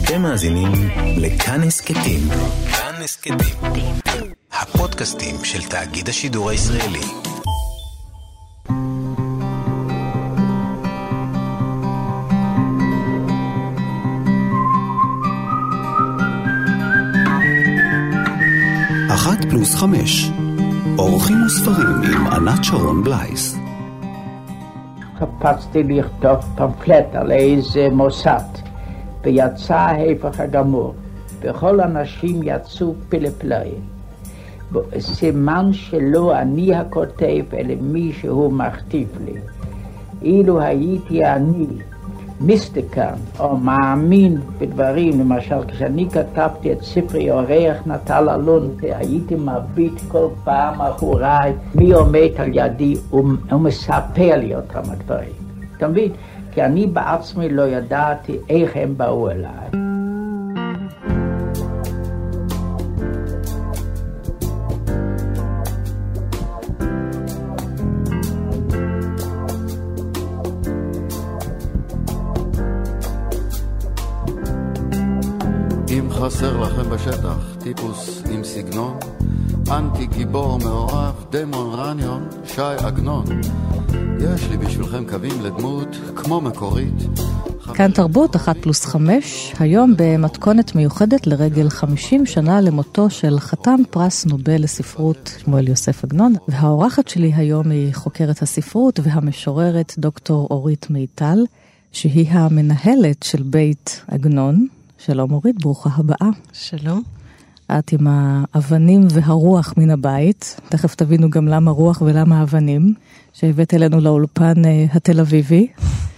אתם מאזינים לכאן הסקטים. כאן הסקטים. הפודקאסטים של תאגיד השידור הישראלי. אחת פלוס 5. אורחים וספרים עם ענת שרון בלייס. חפצתי לכתוב פמפלט על איזה מוסד, ויצא ההפך הגמור. וכל אנשים יצאו פלפלאים. סימן שלא אני הכותב, אלא מישהו מכתיב לי. אילו הייתי אני מיסטיקן או מאמין בדברים, למשל כשאני כתבתי את ספרי אורח נטל אלון, הייתי מביט כל פעם אחוריי מי עומד על ידי ומספר לי אותם הדברים. אתה מבין? כי אני בעצמי לא ידעתי איך הם באו אליי. אם חסר לכם בשטח טיפוס עם סגנון, אנטי גיבור מעורב, דמון רניון, שי עגנון, יש לי בשבילכם קווים לדמות כמו מקורית. כאן תרבות 1+5, היום במתכונת מיוחדת לרגל 50 שנה למותו של חתן פרס נובל לספרות שמואל יוסף עגנון, והאורחת שלי היום היא חוקרת הספרות והמשוררת דוקטור אורית מיטל, שהיא המנהלת של בית עגנון. שלום אורית, ברוכה הבאה. שלום. את עם האבנים והרוח מן הבית, תכף תבינו גם למה רוח ולמה האבנים, שהבאת אלינו לאולפן התל אביבי,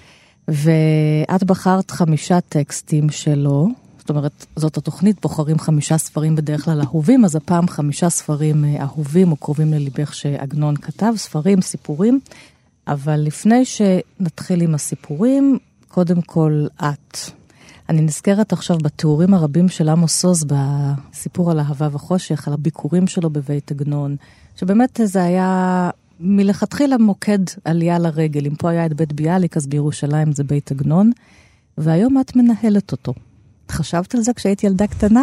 ואת בחרת 5 טקסטים שלו, זאת אומרת, זאת התוכנית, בוחרים 5 ספרים בדרך כלל אהובים, אז הפעם 5 ספרים אהובים או קרובים לליבך שעגנון כתב, ספרים, סיפורים, אבל לפני שנתחיל עם הסיפורים, קודם כל את. אני נזכרת עכשיו בתיאורים הרבים של עמוס עוז בסיפור על אהבה וחושך, על הביקורים שלו בבית עגנון, שבאמת זה היה מלכתחילה מוקד עלייה לרגל. אם פה היה את בית ביאליק, אז בירושלים זה בית עגנון, והיום את מנהלת אותו. חשבת על זה כשהיית ילדה קטנה?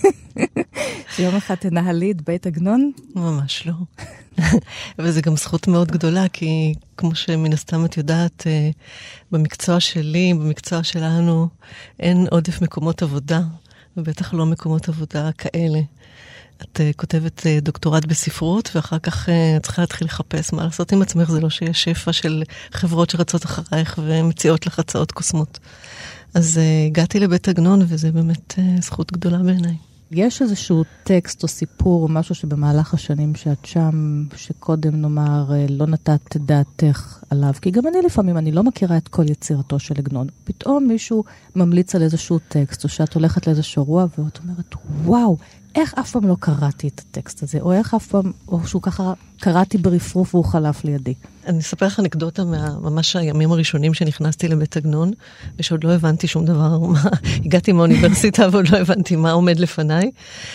שיום אחד תנהלי את בית עגנון? ממש לא. וזה גם זכות מאוד גדולה, כי כמו שמן הסתם את יודעת, במקצוע שלי, במקצוע שלנו, אין עודף מקומות עבודה, ובטח לא מקומות עבודה כאלה. את כותבת דוקטורט בספרות, ואחר כך צריכה להתחיל לחפש מה לעשות עם עצמך, זה לא שיש שפע של חברות שרצות אחרייך ומציעות לך הצעות קוסמות. אז הגעתי לבית עגנון, וזה באמת זכות גדולה בעיניי. יש איזשהו טקסט או סיפור או משהו שבמהלך השנים שאת שם, שקודם נאמר לא נתת דעתך עליו, כי גם אני לפעמים, אני לא מכירה את כל יצירתו של עגנון. פתאום מישהו ממליץ על איזשהו טקסט, או שאת הולכת לאיזשהו אירוע, ואת אומרת, וואו, איך אף פעם לא קראתי את הטקסט הזה, או איך אף פעם, או שהוא ככה קראתי ברפרוף והוא חלף לידי. אני אספר לך אנקדוטה ממש הימים הראשונים שנכנסתי לבית עגנון, ושעוד לא הבנתי שום דבר, הגעתי מהאוניברסיטה ועוד לא הבנתי מה עומד לפניי,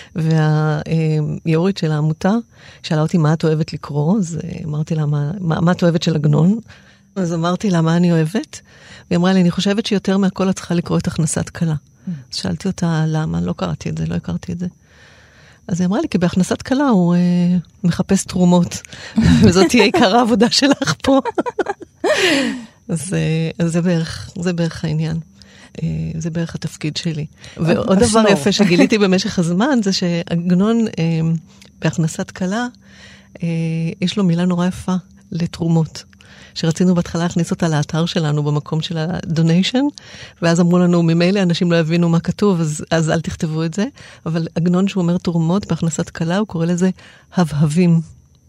והיורית של העמותה שאלה אותי מה את אוהבת לקרוא, אז אמרתי לה מה את אוהבת של עגנון, אז אמרתי לה מה אני אוהבת, והיא אמרה לי אני חושבת שיותר מהכל את צריכה לקרוא את הכנסת קלה. אז שאלתי אותה למה, לא קראתי את זה, לא הכרתי את זה. אז היא אמרה לי, כי בהכנסת קלה הוא מחפש תרומות, וזאת תהיה עיקר העבודה שלך פה. אז זה בערך העניין. זה בערך התפקיד שלי. ועוד דבר יפה שגיליתי במשך הזמן, זה שעגנון בהכנסת קלה, יש לו מילה נורא יפה לתרומות. שרצינו בהתחלה להכניס אותה לאתר שלנו במקום של הדוניישן, ואז אמרו לנו, ממילא אנשים לא יבינו מה כתוב, אז אל תכתבו את זה, אבל עגנון שהוא אומר תרומות בהכנסת קלה, הוא קורא לזה הבהבים.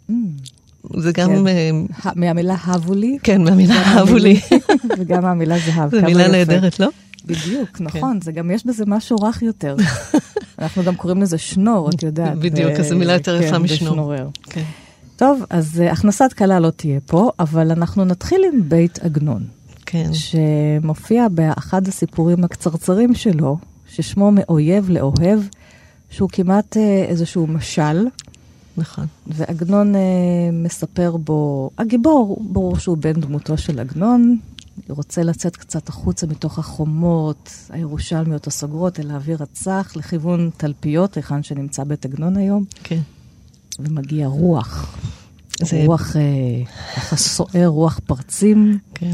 זה גם... מהמילה הבו לי? כן, מהמילה הבו לי. וגם מהמילה זהב. זו מילה נהדרת, לא? בדיוק, נכון, זה גם יש בזה משהו רך יותר. אנחנו גם קוראים לזה שנור, את יודעת. בדיוק, אז זו מילה יותר יפה משנור. כן. טוב, אז הכנסת קלה לא תהיה פה, אבל אנחנו נתחיל עם בית עגנון. כן. שמופיע באחד הסיפורים הקצרצרים שלו, ששמו מאויב לאוהב, שהוא כמעט איזשהו משל. נכון. ועגנון מספר בו, הגיבור, ברור שהוא בן דמותו של עגנון, רוצה לצאת קצת החוצה מתוך החומות, הירושלמיות הסוגרות, אל האוויר הצח, לכיוון תלפיות, היכן שנמצא בית עגנון היום. כן. ומגיע רוח. רוח ככה סוער, רוח פרצים. כן.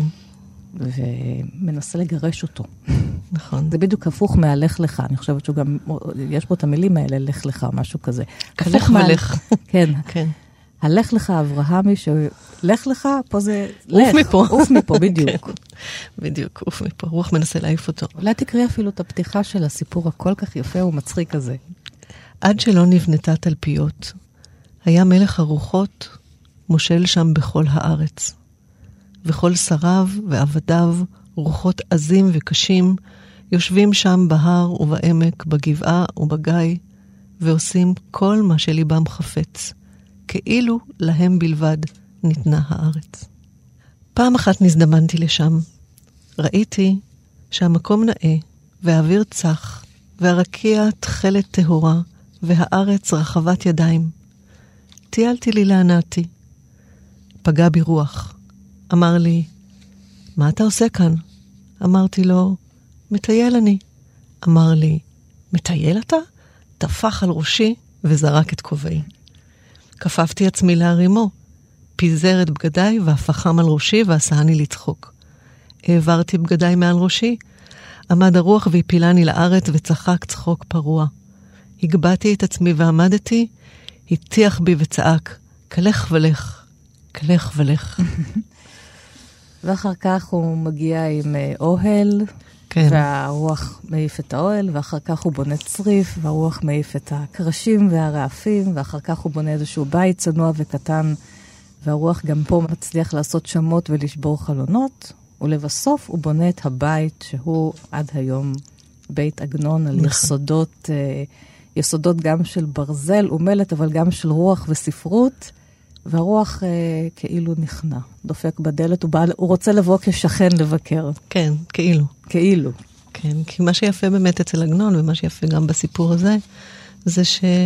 ומנסה לגרש אותו. נכון. זה בדיוק הפוך מהלך לך. אני חושבת שהוא גם, יש פה את המילים האלה, לך לך, משהו כזה. לך ולך. כן. כן. הלך לך אברהמי, שלך לך, פה זה לך. עוף מפה, בדיוק. בדיוק, עוף מפה. רוח מנסה להעיף אותו. אולי תקריא אפילו את הפתיחה של הסיפור הכל כך יפה ומצחיק הזה. עד שלא נבנתה תלפיות, היה מלך הרוחות מושל שם בכל הארץ. וכל שריו ועבדיו, רוחות עזים וקשים, יושבים שם בהר ובעמק, בגבעה ובגיא, ועושים כל מה שליבם חפץ, כאילו להם בלבד ניתנה הארץ. פעם אחת נזדמנתי לשם. ראיתי שהמקום נאה, והאוויר צח, והרקיע תכלת טהורה, והארץ רחבת ידיים. טיילתי לי לענתי. פגע בי רוח. אמר לי, מה אתה עושה כאן? אמרתי לו, מטייל אני. אמר לי, מטייל אתה? טפח על ראשי וזרק את כובעי. כפפתי עצמי להרימו, פיזר את בגדיי והפחם על ראשי ועשני לצחוק. העברתי בגדיי מעל ראשי, עמד הרוח והפילני לארץ וצחק צחוק פרוע. הגבעתי את עצמי ועמדתי, הטיח בי וצעק, כלך ולך, כלך ולך. ואחר כך הוא מגיע עם אוהל, כן. והרוח מעיף את האוהל, ואחר כך הוא בונה צריף, והרוח מעיף את הקרשים והרעפים, ואחר כך הוא בונה איזשהו בית צנוע וקטן, והרוח גם פה מצליח לעשות שמות ולשבור חלונות, ולבסוף הוא בונה את הבית שהוא עד היום בית עגנון על יסודות גם של ברזל ומלט, אבל גם של רוח וספרות, והרוח כאילו נכנע, דופק בדלת, הוא רוצה לבוא כשכן לבקר. כן, כאילו. כאילו. כן, כי מה שיפה באמת אצל עגנון, ומה שיפה גם בסיפור הזה, זה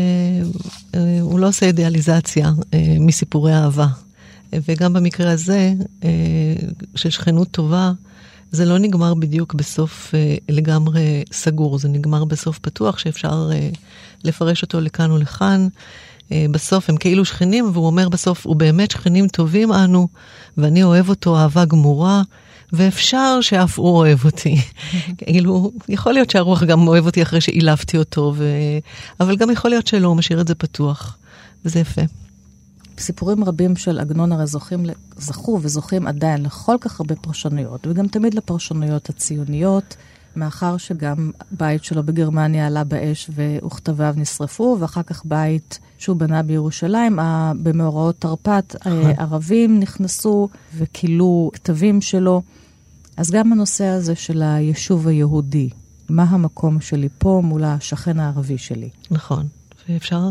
שהוא לא עושה אידיאליזציה מסיפורי אהבה. וגם במקרה הזה, של שכנות טובה, זה לא נגמר בדיוק בסוף לגמרי סגור, זה נגמר בסוף פתוח, שאפשר לפרש אותו לכאן ולכאן. בסוף הם כאילו שכנים, והוא אומר בסוף, הוא באמת שכנים טובים אנו, ואני אוהב אותו אהבה גמורה, ואפשר שאף הוא אוהב אותי. כאילו, יכול להיות שהרוח גם אוהב אותי אחרי שאילפתי אותו, אבל גם יכול להיות שלא, הוא משאיר את זה פתוח, וזה יפה. סיפורים רבים של עגנון הרי זכו וזוכים עדיין לכל כך הרבה פרשנויות, וגם תמיד לפרשנויות הציוניות, מאחר שגם בית שלו בגרמניה עלה באש וכתביו נשרפו, ואחר כך בית שהוא בנה בירושלים, במאורעות תרפ"ט, ערבים נכנסו וכילו כתבים שלו. אז גם הנושא הזה של היישוב היהודי, מה המקום שלי פה מול השכן הערבי שלי? נכון. ואפשר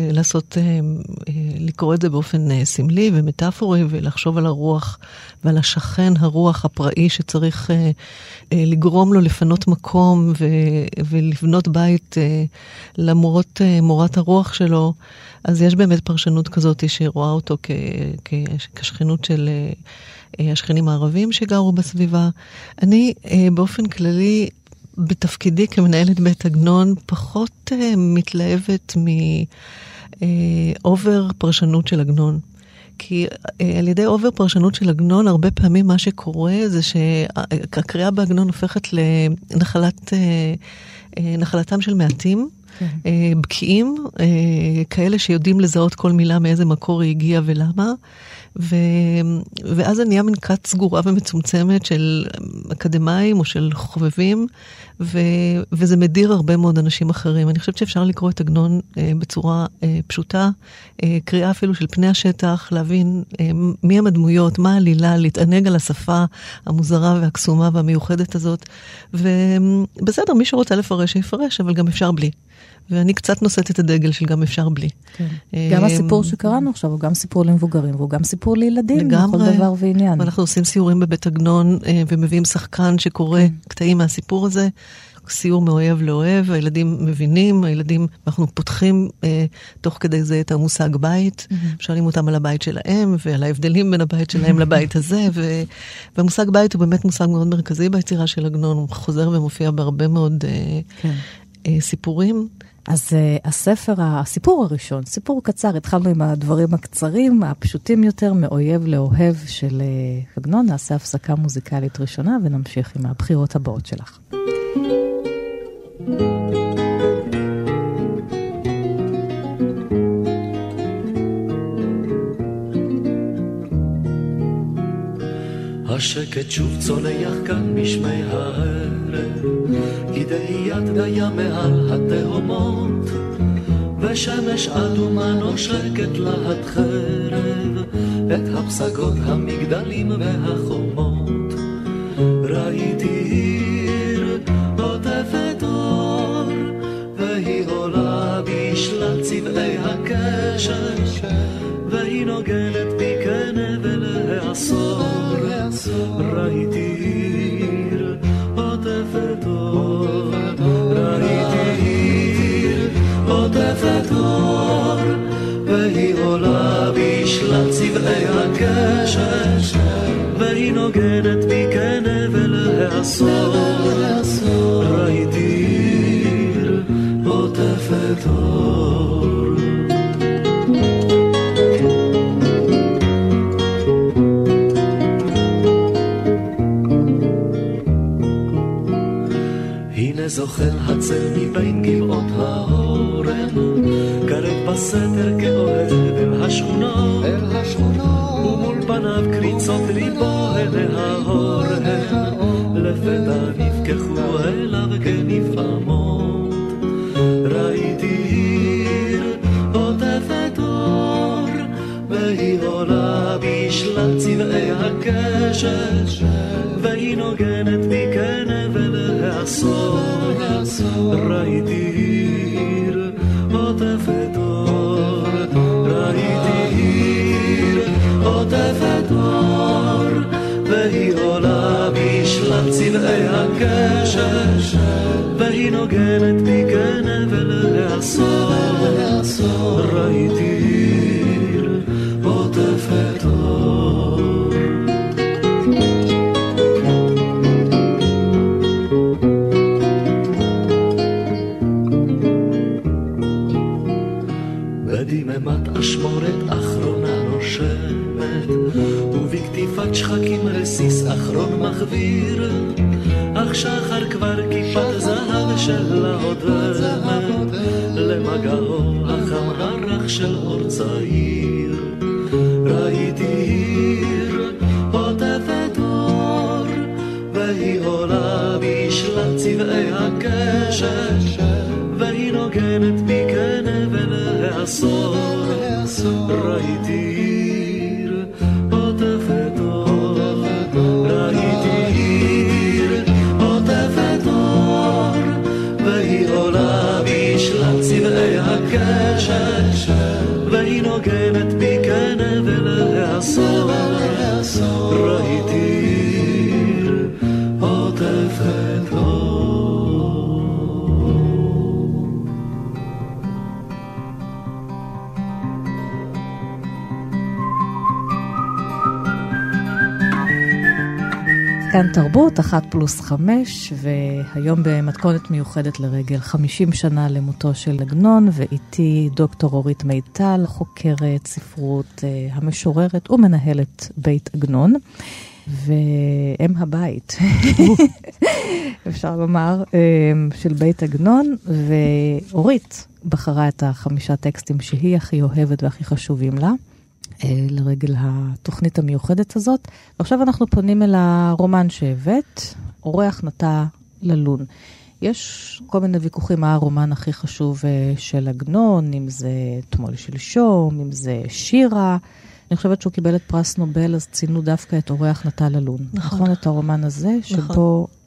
לקרוא את זה באופן סמלי ומטאפורי, ולחשוב על הרוח ועל השכן הרוח הפראי שצריך לגרום לו לפנות מקום ולבנות בית למורת מורת הרוח שלו. אז יש באמת פרשנות כזאת שרואה אותו כשכנות של השכנים הערבים שגרו בסביבה. אני באופן כללי, בתפקידי כמנהלת בית עגנון, פחות מתלהבת מאובר פרשנות של עגנון. כי על ידי אובר פרשנות של עגנון, הרבה פעמים מה שקורה זה שהקריאה בעגנון הופכת לנחלתם של מעטים, בקיאים, כאלה שיודעים לזהות כל מילה מאיזה מקור היא הגיעה ולמה, ואז זה נהיה מין כת סגורה ומצומצמת של אקדמיים או של חובבים, וזה מדיר הרבה מאוד אנשים אחרים. אני חושבת שאפשר לקרוא את עגנון בצורה פשוטה, קריאה אפילו של פני השטח, להבין מי הם הדמויות, מה העלילה, להתענג על השפה המוזרה והקסומה והמיוחדת הזאת, ובסדר, מי שרוצה לפרש שיפרש, אבל גם אפשר בלי. ואני קצת נושאת את הדגל של גם אפשר בלי. כן. גם הסיפור שקראנו עכשיו, הוא גם סיפור למבוגרים, והוא גם סיפור לילדים, לכל דבר ועניין. אנחנו עושים סיורים בבית עגנון, ומביאים שחקן שקורא קטעים מהסיפור הזה, סיור מאוהב לאוהב, הילדים מבינים, אנחנו פותחים תוך כדי זה את המושג בית, שואלים אותם על הבית שלהם, ועל ההבדלים בין הבית שלהם לבית הזה, והמושג בית הוא באמת מושג מאוד מרכזי ביצירה של עגנון, הוא חוזר ומופיע בהרבה מאוד סיפורים. אז הסיפור הראשון, סיפור קצר, התחלנו עם הדברים הקצרים, הפשוטים יותר, מאויב לאוהב של עגנון, נעשה הפסקה מוזיקלית ראשונה, ונמשיך עם הבחירות הבאות שלך. השקט שוב צונח כאן משמי הערב, כדאיית דיה מעל התהומות, ושמש אדומה נושקת להט חרב, את הפסגות המגדלים והחומות. ראיתי עיר עוטפת אור, והיא עולה בשלל צבעי הקשת, והיא נוגנת בי כנבל העשור. ראיתי עיר עוטפת אור, ראיתי עיר עוטפת אור, והיא עולה בשלל צבעי הקשת, והיא נוגנת בי כנבל העשור. ראיתי עיר עוטפת אור. זוכר הצל מבין גבעות האורן, קרב בסתר כאוהב אל השכונות, ומול פניו קריצות ליבו אל ההורן, לפתע נפקחו אליו כנפעמות. ראיתי עיר עוטפת אור, והיא עולה בשלל צבעי הקשת, והיא נוגנת בי כנבל העשור. ראיתי עיר עוטפת אור, ראיתי עיר עוטפת אור, והיא עולה בשלל צבעי הקשת, והיא נוגנת בי כנבל העשור. ראיתי עיר עוטפת אור. בדממת אשמורת אחרונה נושמת, ובכתיפת שחקים רסיס אחרון מחביר, אך שחר כבר כיפת זהב שלה עודמת, למגעו החם הרך של אור צעיר. ראיתי עיר עוטפת אור, והיא עולה בשלל צבעי הקשת, והיא נוגנת בי כנבל העשור. ראיתי עיר עוטפת אור, ראיתי עיר עוטפת אור, והיא עולה בשלל צבעי הקשת, והיא נוגנת בי כנבל העשור. ראיתי עיר עוטפת אור. כאן תרבות 1+5, והיום במתכונת מיוחדת לרגל 50 שנה למותו של עגנון, ואיתי דוקטור אורית מיטל, חוקרת ספרות, המשוררת ומנהלת בית עגנון, ואם הבית, אפשר לומר, של בית עגנון, ואורית בחרה את 5 טקסטים שהיא הכי אוהבת והכי חשובים לה, לרגל התוכנית המיוחדת הזאת. ועכשיו אנחנו פונים אל הרומן שהבאת, אורח נטע ללון. יש כל מיני ויכוחים מה הרומן הכי חשוב של עגנון, אם זה תמול שלשום, אם זה שירה. אני חושבת שהוא קיבל את פרס נובל, אז ציינו דווקא את אורח נטע ללון. נכון. את הרומן הזה, שבו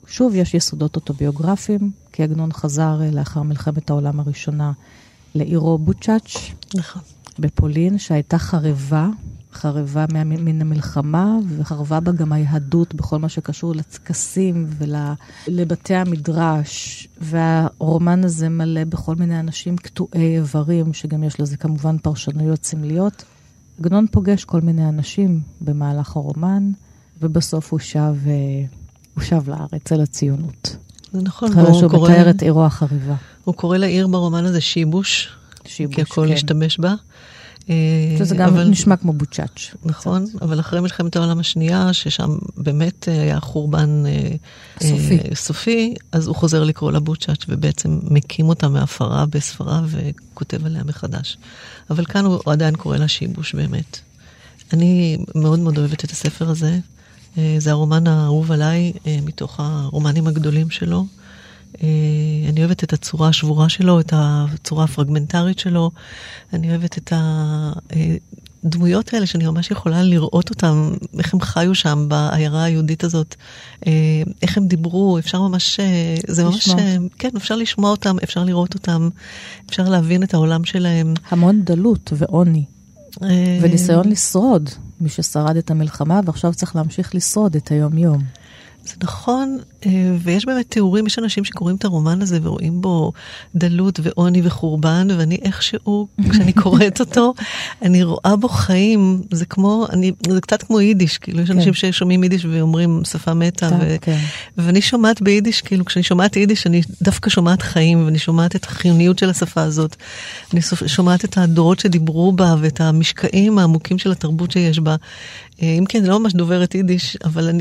שוב, יש יסודות אוטוביוגרפיים, כי עגנון חזר לאחר מלחמת העולם הראשונה לעירו בוצ'אץ', נכון. בפולין, שהייתה חרבה מן המלחמה, וחרבה בה גם היהדות בכל מה שקשור לטקסים ולבתי המדרש, והרומן הזה מלא בכל מיני אנשים קטועי איברים, שגם יש לזה כמובן פרשנויות סמליות. עגנון פוגש כל מיני אנשים במהלך הרומן, ובסוף הוא שב לארץ, אל הציונות. זה נכון. אחרי שהוא מתאר את עירו החריבה. הוא קורא לעיר ברומן הזה שיבוש, כי הכל השתמש בה. שזה גם נשמע כמו בוצ'אץ'. נכון, אבל אחרי מלחמת העולם השנייה, ששם באמת היה חורבן סופי, אז הוא חוזר לקרוא לה בוצ'אץ', ובעצם מקים אותה מהפרה בספרה, וכותב עליה מחדש. אבל כאן הוא עדיין קורא לה שיבוש באמת. אני מאוד מאוד אוהבת את הספר הזה. זה הרומן האהוב עליי, מתוך הרומנים הגדולים שלו. אני אוהבת את הצורה השבורה שלו, את הצורה הפרגמנטרית שלו. אני אוהבת את הדמויות האלה שאני ממש יכולה לראות אותם, איך הם חיו שם בעיירה היהודית הזאת, איך הם דיברו, אפשר ממש, זה ממש, כן, אפשר לשמוע אותם, אפשר לראות אותם, אפשר להבין את העולם שלהם. המון דלות ועוני. וניסיון לשרוד, מי ששרד את המלחמה, ועכשיו צריך להמשיך לשרוד את היום-יום. זה נכון, ויש באמת תיאורים, יש אנשים שקוראים את הרומן הזה ורואים בו דלות ועוני וחורבן, ואני איכשהו, כשאני קוראת אותו, אני רואה בו חיים, זה קצת כמו יידיש, כאילו יש אנשים ששומעים יידיש ואומרים שפה מתה, ואני שומעת ביידיש, כאילו כשאני שומעת יידיש, אני דווקא שומעת חיים, ואני שומעת את החיוניות של השפה הזאת, אני שומעת את הדורות שדיברו בה, ואת המשקעים העמוקים של התרבות שיש בה, אם כן, זה לא ממש דוברת יידיש, אבל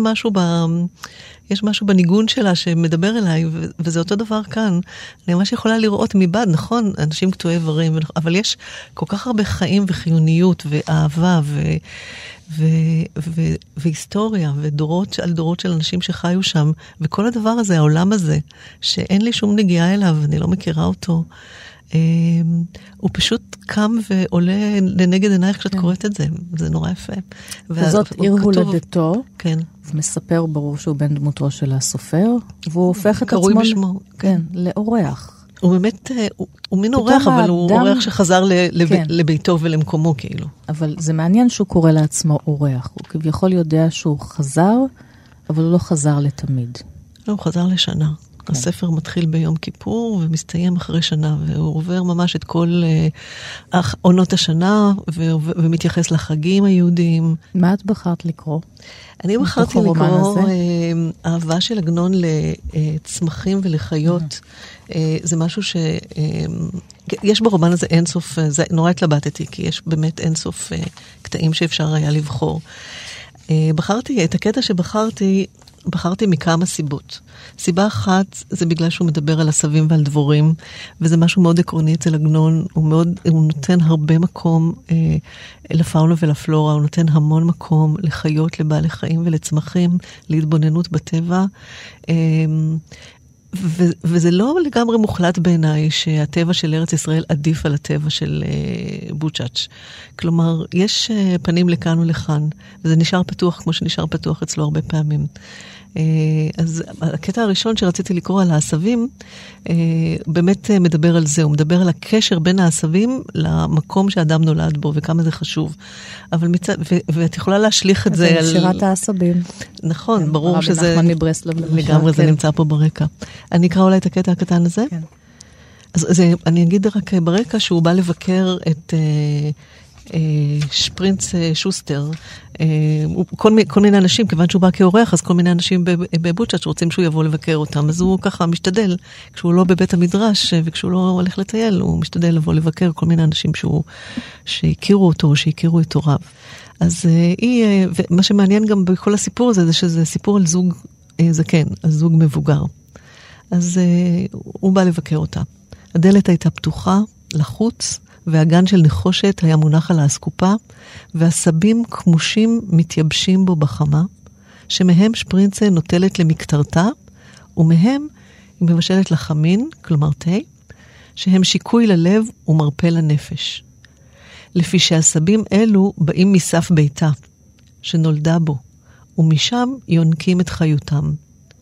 יש משהו בניגון שלה שמדבר אליי, וזה אותו דבר כאן. אני ממש יכולה לראות מבעד, נכון, אנשים קטועי איברים, אבל יש כל כך הרבה חיים וחיוניות ואהבה והיסטוריה ודורות על דורות של אנשים שחיו שם, וכל הדבר הזה, העולם הזה, שאין לי שום נגיעה אליו, אני לא מכירה אותו, הוא פשוט קם ועולה לנגד עינייך כשאת קוראת את זה. זה נורא יפה. וזאת עיר הולדתו. כן. ומספר ברור שהוא בן דמותו של הסופר, והוא הופך את עצמו לאורח. הוא באמת, הוא מין אורח, אבל הוא אורח שחזר לביתו ולמקומו כאילו. אבל זה מעניין שהוא קורא לעצמו אורח. הוא כביכול יודע שהוא חזר, אבל הוא לא חזר לתמיד. לא, הוא חזר לשנה. הספר מתחיל ביום כיפור ומסתיים אחרי שנה, והוא עובר ממש את כל עונות השנה, ומתייחס לחגים היהודיים. מה את בחרת לקרוא? אני בחרתי לקרוא אהבה של עגנון לצמחים ולחיות. זה משהו יש ברומן הזה אינסוף, נורא התלבטתי, כי יש באמת אינסוף קטעים שאפשר היה לבחור. את הקטע בחרתי מכמה סיבות. סיבה אחת, זה בגלל שהוא מדבר על עשבים ועל דבורים, וזה משהו מאוד עקרוני אצל עגנון, הוא נותן הרבה מקום לפאונה ולפלורה, הוא נותן המון מקום לחיות, לבעלי חיים ולצמחים, להתבוננות בטבע, וזה לא לגמרי מוחלט בעיניי שהטבע של ארץ ישראל עדיף על הטבע של בוצ'אץ'. כלומר, יש פנים לכאן ולכאן, וזה נשאר פתוח כמו שנשאר פתוח אצלו הרבה פעמים. אז הקטע הראשון שרציתי לקרוא על העשבים, באמת מדבר על זה, הוא מדבר על הקשר בין העשבים למקום שאדם נולד בו, וכמה זה חשוב. ואת יכולה להשליך את זה על... שירת העשבים. נכון, ברור שזה... נחמן מברסלב. לגמרי, זה נמצא פה ברקע. אני אקרא אולי את הקטע הקטן הזה? כן. אז אני אגיד רק ברקע שהוא בא לבקר את... שפרינץ שוסטר, כל מיני אנשים, כיוון שהוא בא כאורח, אז כל מיני אנשים בבוצ'אץ' שרוצים שהוא יבוא לבקר אותם, אז הוא ככה משתדל, כשהוא לא בבית המדרש, וכשהוא לא הולך לטייל, הוא משתדל לבוא לבקר כל מיני אנשים שהכירו אותו, שהכירו את הוריו. אז ומה שמעניין גם בכל הסיפור הזה, זה שזה סיפור על זוג זקן, על זוג מבוגר. אז הוא בא לבקר אותה. הדלת הייתה פתוחה, לחוץ, והגן של נחושת היה מונח על האסקופה, והסבים כמושים מתייבשים בו בחמה, שמהם שפרינצה נוטלת למקטרתה, ומהם היא מבשלת לחמין, כלומר תה, שהם שיקוי ללב ומרפא לנפש. לפי שהסבים אלו באים מסף ביתה, שנולדה בו, ומשם יונקים את חיותם.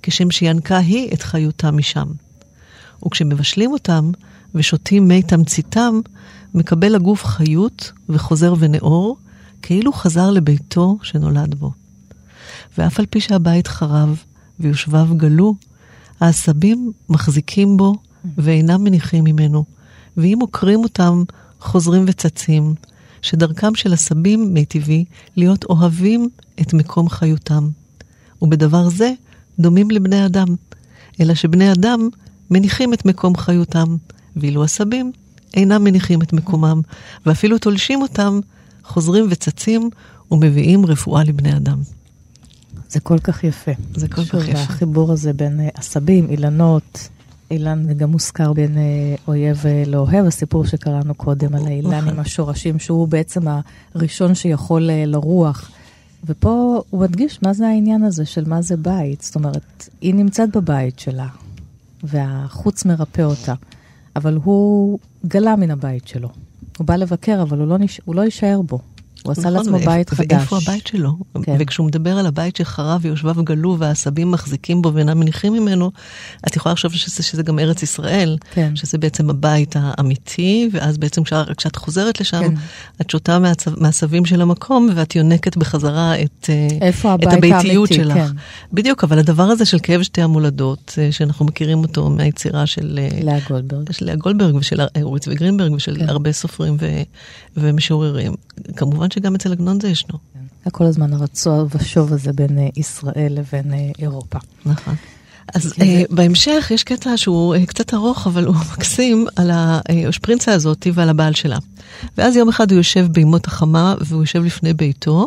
כשם שינקה היא את חיותם משם. וכשמבשלים אותם ושותים מי תמציתם, מקבל הגוף חיות וחוזר ונאור, כאילו חזר לביתו שנולד בו. ואף על פי שהבית חרב ויושביו גלו, העשבים מחזיקים בו ואינם מניחים ממנו, ואם עוקרים אותם חוזרים וצצים, שדרכם של עשבים מיטיבי להיות אוהבים את מקום חיותם. ובדבר זה דומים לבני אדם, אלא שבני אדם מניחים את מקום חיותם, ואילו עשבים אינם מניחים את מקומם, ואפילו תולשים אותם, חוזרים וצצים ומביאים רפואה לבני אדם. זה כל כך יפה. זה כל כך יפה. החיבור הזה בין עשבים, אילנות, אילן גם מוזכר בין אויב לאוהב, הסיפור שקראנו קודם על האילן עם השורשים, שהוא בעצם הראשון שיכול לרוח. ופה הוא מדגיש מה זה העניין הזה של מה זה בית. זאת אומרת, היא נמצאת בבית שלה, והחוץ מרפא אותה, אבל הוא גלה מן הבית שלו. הוא בא לבקר, אבל הוא לא יישאר בו. הוא עשה לעצמו בית חדש. ואיפה הבית שלו? כן. וכשהוא מדבר על הבית שחרב ויושביו גלו והעשבים מחזיקים בו ואינם מניחים ממנו, את יכולה לחשוב שזה גם ארץ ישראל, כן. שזה בעצם הבית האמיתי, ואז בעצם כשאת חוזרת לשם, כן. את שותה מהעשבים של המקום, ואת יונקת בחזרה את הביתיות שלך. כן. בדיוק, אבל הדבר הזה של כאב שתי המולדות, שאנחנו מכירים אותו מהיצירה של לאה גולדברג ושל אורי צבי גרינברג ושל כן. הרבה סופרים ומשוררים. כמובן שגם אצל עגנון זה ישנו. כל הזמן הרצוע ושוב הזה בין ישראל לבין אירופה. נכון. אז בהמשך יש קטע שהוא קצת ארוך, אבל הוא מקסים על השפרינצה הזאת ועל הבעל שלה. ואז יום אחד הוא יושב בימות החמה, והוא יושב לפני ביתו,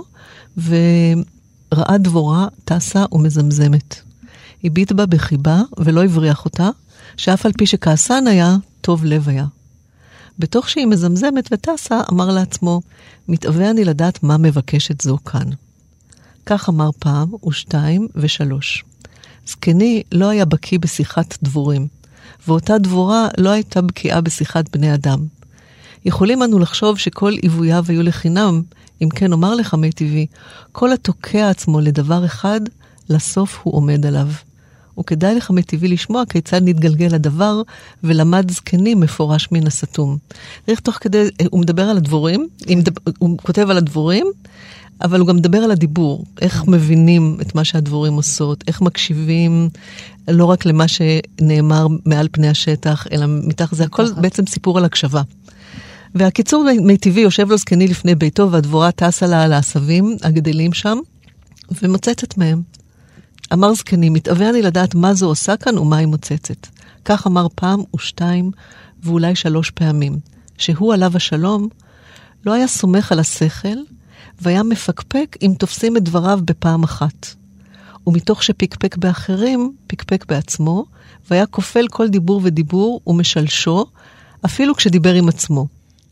וראה דבורה טסה ומזמזמת. הביט בה בחיבה ולא הבריח אותה, שאף על פי שכעסן היה, טוב לב היה. בתוך שהיא מזמזמת וטסה, אמר לעצמו, מתאווה אני לדעת מה מבקשת זו כאן. כך אמר פעם, ושתיים ושלוש. זקני לא היה בקיא בשיחת דבורים, ואותה דבורה לא הייתה בקיאה בשיחת בני אדם. יכולים אנו לחשוב שכל עיווייו היו לחינם, אם כן אומר לך מי טבעי, כל התוקע עצמו לדבר אחד, לסוף הוא עומד עליו. וכדאי לך מטבעי לשמוע כיצד נתגלגל הדבר, ולמד זקני מפורש מן הסתום. איך תוך כדי, הוא מדבר על הדבורים, הוא כותב על הדבורים, אבל הוא גם מדבר על הדיבור, איך מבינים את מה שהדבורים עושות, איך מקשיבים, לא רק למה שנאמר מעל פני השטח, אלא מתח זה הכל בעצם סיפור על הקשבה. והקיצור מיטיבי יושב לו זקני לפני ביתו, והדבורה טסה לה על העשבים הגדלים שם, ומוצצת מהם. אמר זקני, מתאווה אני לדעת מה זו עושה כאן ומה היא מוצצת. כך אמר פעם ושתיים ואולי 3 פעמים, שהוא עליו השלום לא היה סומך על השכל, והיה מפקפק אם תופסים את דבריו בפעם אחת. ומתוך שפקפק באחרים, פקפק בעצמו, והיה כופל כל דיבור ודיבור ומשלשו, אפילו כשדיבר עם עצמו.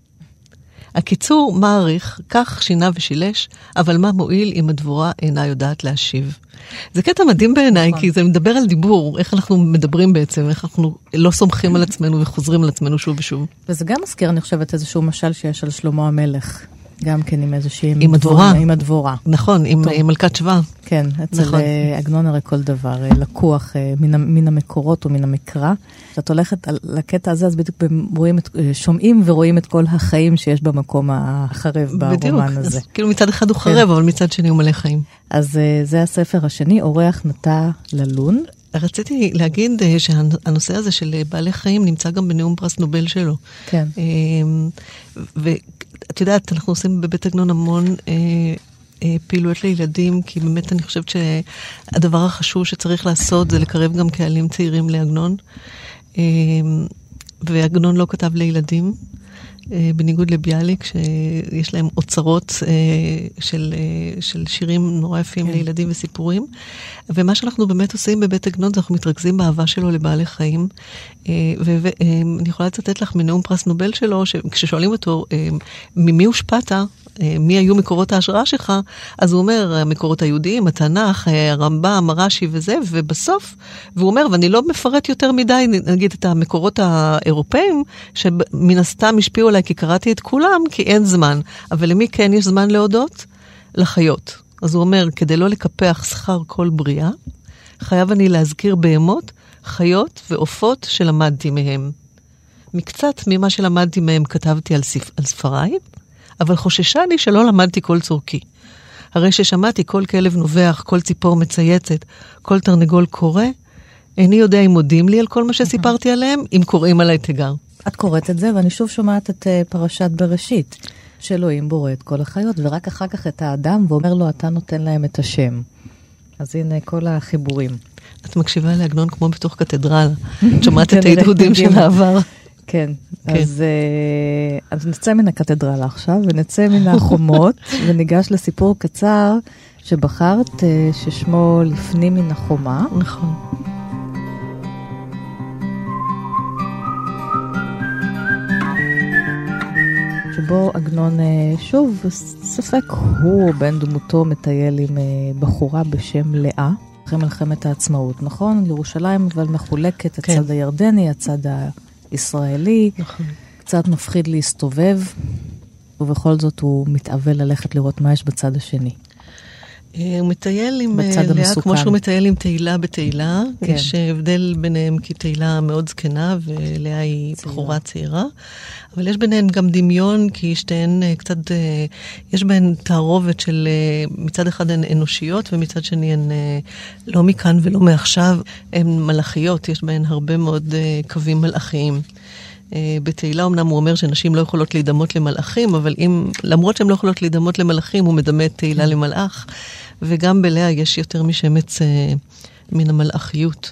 הקיצור מעריך, כך שינה ושילש, אבל מה מועיל אם הדבורה אינה יודעת להשיב. זה קטע מדהים בעיניי, כי זה מדבר על דיבור, איך אנחנו מדברים בעצם, איך אנחנו לא סומכים על עצמנו וחוזרים על עצמנו שוב ושוב. וזה גם מזכיר, אני חושבת, איזשהו משל שיש על שלמה המלך. גם כן עם איזושהי... עם הדבורה. עם הדבורה. נכון, עם מלכת שבא. כן, אצל עגנון הרי כל דבר לקוח מן המקורות או מן המקרא. כשאת הולכת לקטע הזה, אז בדיוק שומעים ורואים את כל החיים שיש במקום החרב ברומן הזה. כאילו מצד אחד הוא חרב, אבל מצד שני הוא מלא חיים. אז זה הספר השני, אורח נטע ללון. רציתי להגיד שהנושא הזה של בעלי חיים נמצא גם בנאום פרס נובל שלו. כן. את יודעת, אנחנו עושים בבית עגנון המון פעילויות לילדים, כי באמת אני חושבת שהדבר החשוב שצריך לעשות זה לקרב גם קהלים צעירים לעגנון. ועגנון לא כתב לילדים, בניגוד לביאליק, שיש להם אוצרות של שירים נורא יפים לילדים וסיפורים. ומה שאנחנו באמת עושים בבית עגנון, זה אנחנו מתרכזים באהבה שלו לבעלי חיים. ואני יכולה לצטט לך מנאום פרס נובל שלו, כששואלים אותו, ממי הושפעת? מי היו מקורות ההשראה שלך? אז הוא אומר, המקורות היהודיים, התנ"ך, הרמב"ם, הרש"י וזה, ובסוף, והוא אומר, ואני לא מפרט יותר מדי, נגיד את המקורות האירופאים, שמן הסתם השפיעו עליי, כי קראתי את כולם, כי אין זמן. אבל למי כן יש זמן להודות? לחיות. אז הוא אומר, כדי לא לקפח שכר כל בריאה, חייב אני להזכיר בהמות, חיות ועופות שלמדתי מהם. מקצת ממה שלמדתי מהם כתבתי על ספריי, אבל חוששני שלא למדתי כל צורכי. הרי ששמעתי כל כלב נובח, כל ציפור מצייצת, כל תרנגול קורא, איני יודע אם מודים לי על כל מה שסיפרתי עליהם, אם קוראים עליי תיגר. את קוראת את זה, ואני שוב שומעת את פרשת בראשית, שאלוהים בורא את כל החיות, ורק אחר כך את האדם, ואומר לו, אתה נותן להם את השם. אז הנה כל החיבורים. את מקשיבה לעגנון כמו בתוך קתדרלה. את שומעת את ההתהודים של העבר. כן, אז נצא מן הקתדרלה עכשיו, ונצא מן החומות, וניגש לסיפור קצר שבחרת, ששמו לפנים מן החומה. נכון. שבו עגנון, שוב, ספק הוא בן דמותו מטייל עם בחורה בשם לאה, אחרי מלחמת העצמאות, נכון? ירושלים אבל מחולקת, כן. הצד הירדני, הצד הישראלי, נכון. קצת מפחיד להסתובב, ובכל זאת הוא מתאבל ללכת לראות מה יש בצד השני. הוא מטייל עם בצד לאה המסוכן. כמו שהוא מטייל עם תהילה בתהילה. כן. יש הבדל ביניהם כי תהילה מאוד זקנה ולאה היא בחורה צעירה. אבל יש ביניהן גם דמיון כי שתיהן קצת, יש בהן תערובת של מצד אחד הן אנושיות ומצד שני הן לא מכאן ולא מעכשיו. הן מלאכיות, יש בהן הרבה מאוד קווים מלאכיים. בתהילה אמנם הוא אומר שנשים לא יכולות להידמות למלאכים, אבל למרות שהן לא יכולות להידמות למלאכים, הוא מדמה את תהילה למלאך, וגם בלאה יש יותר משמץ מן המלאכיות.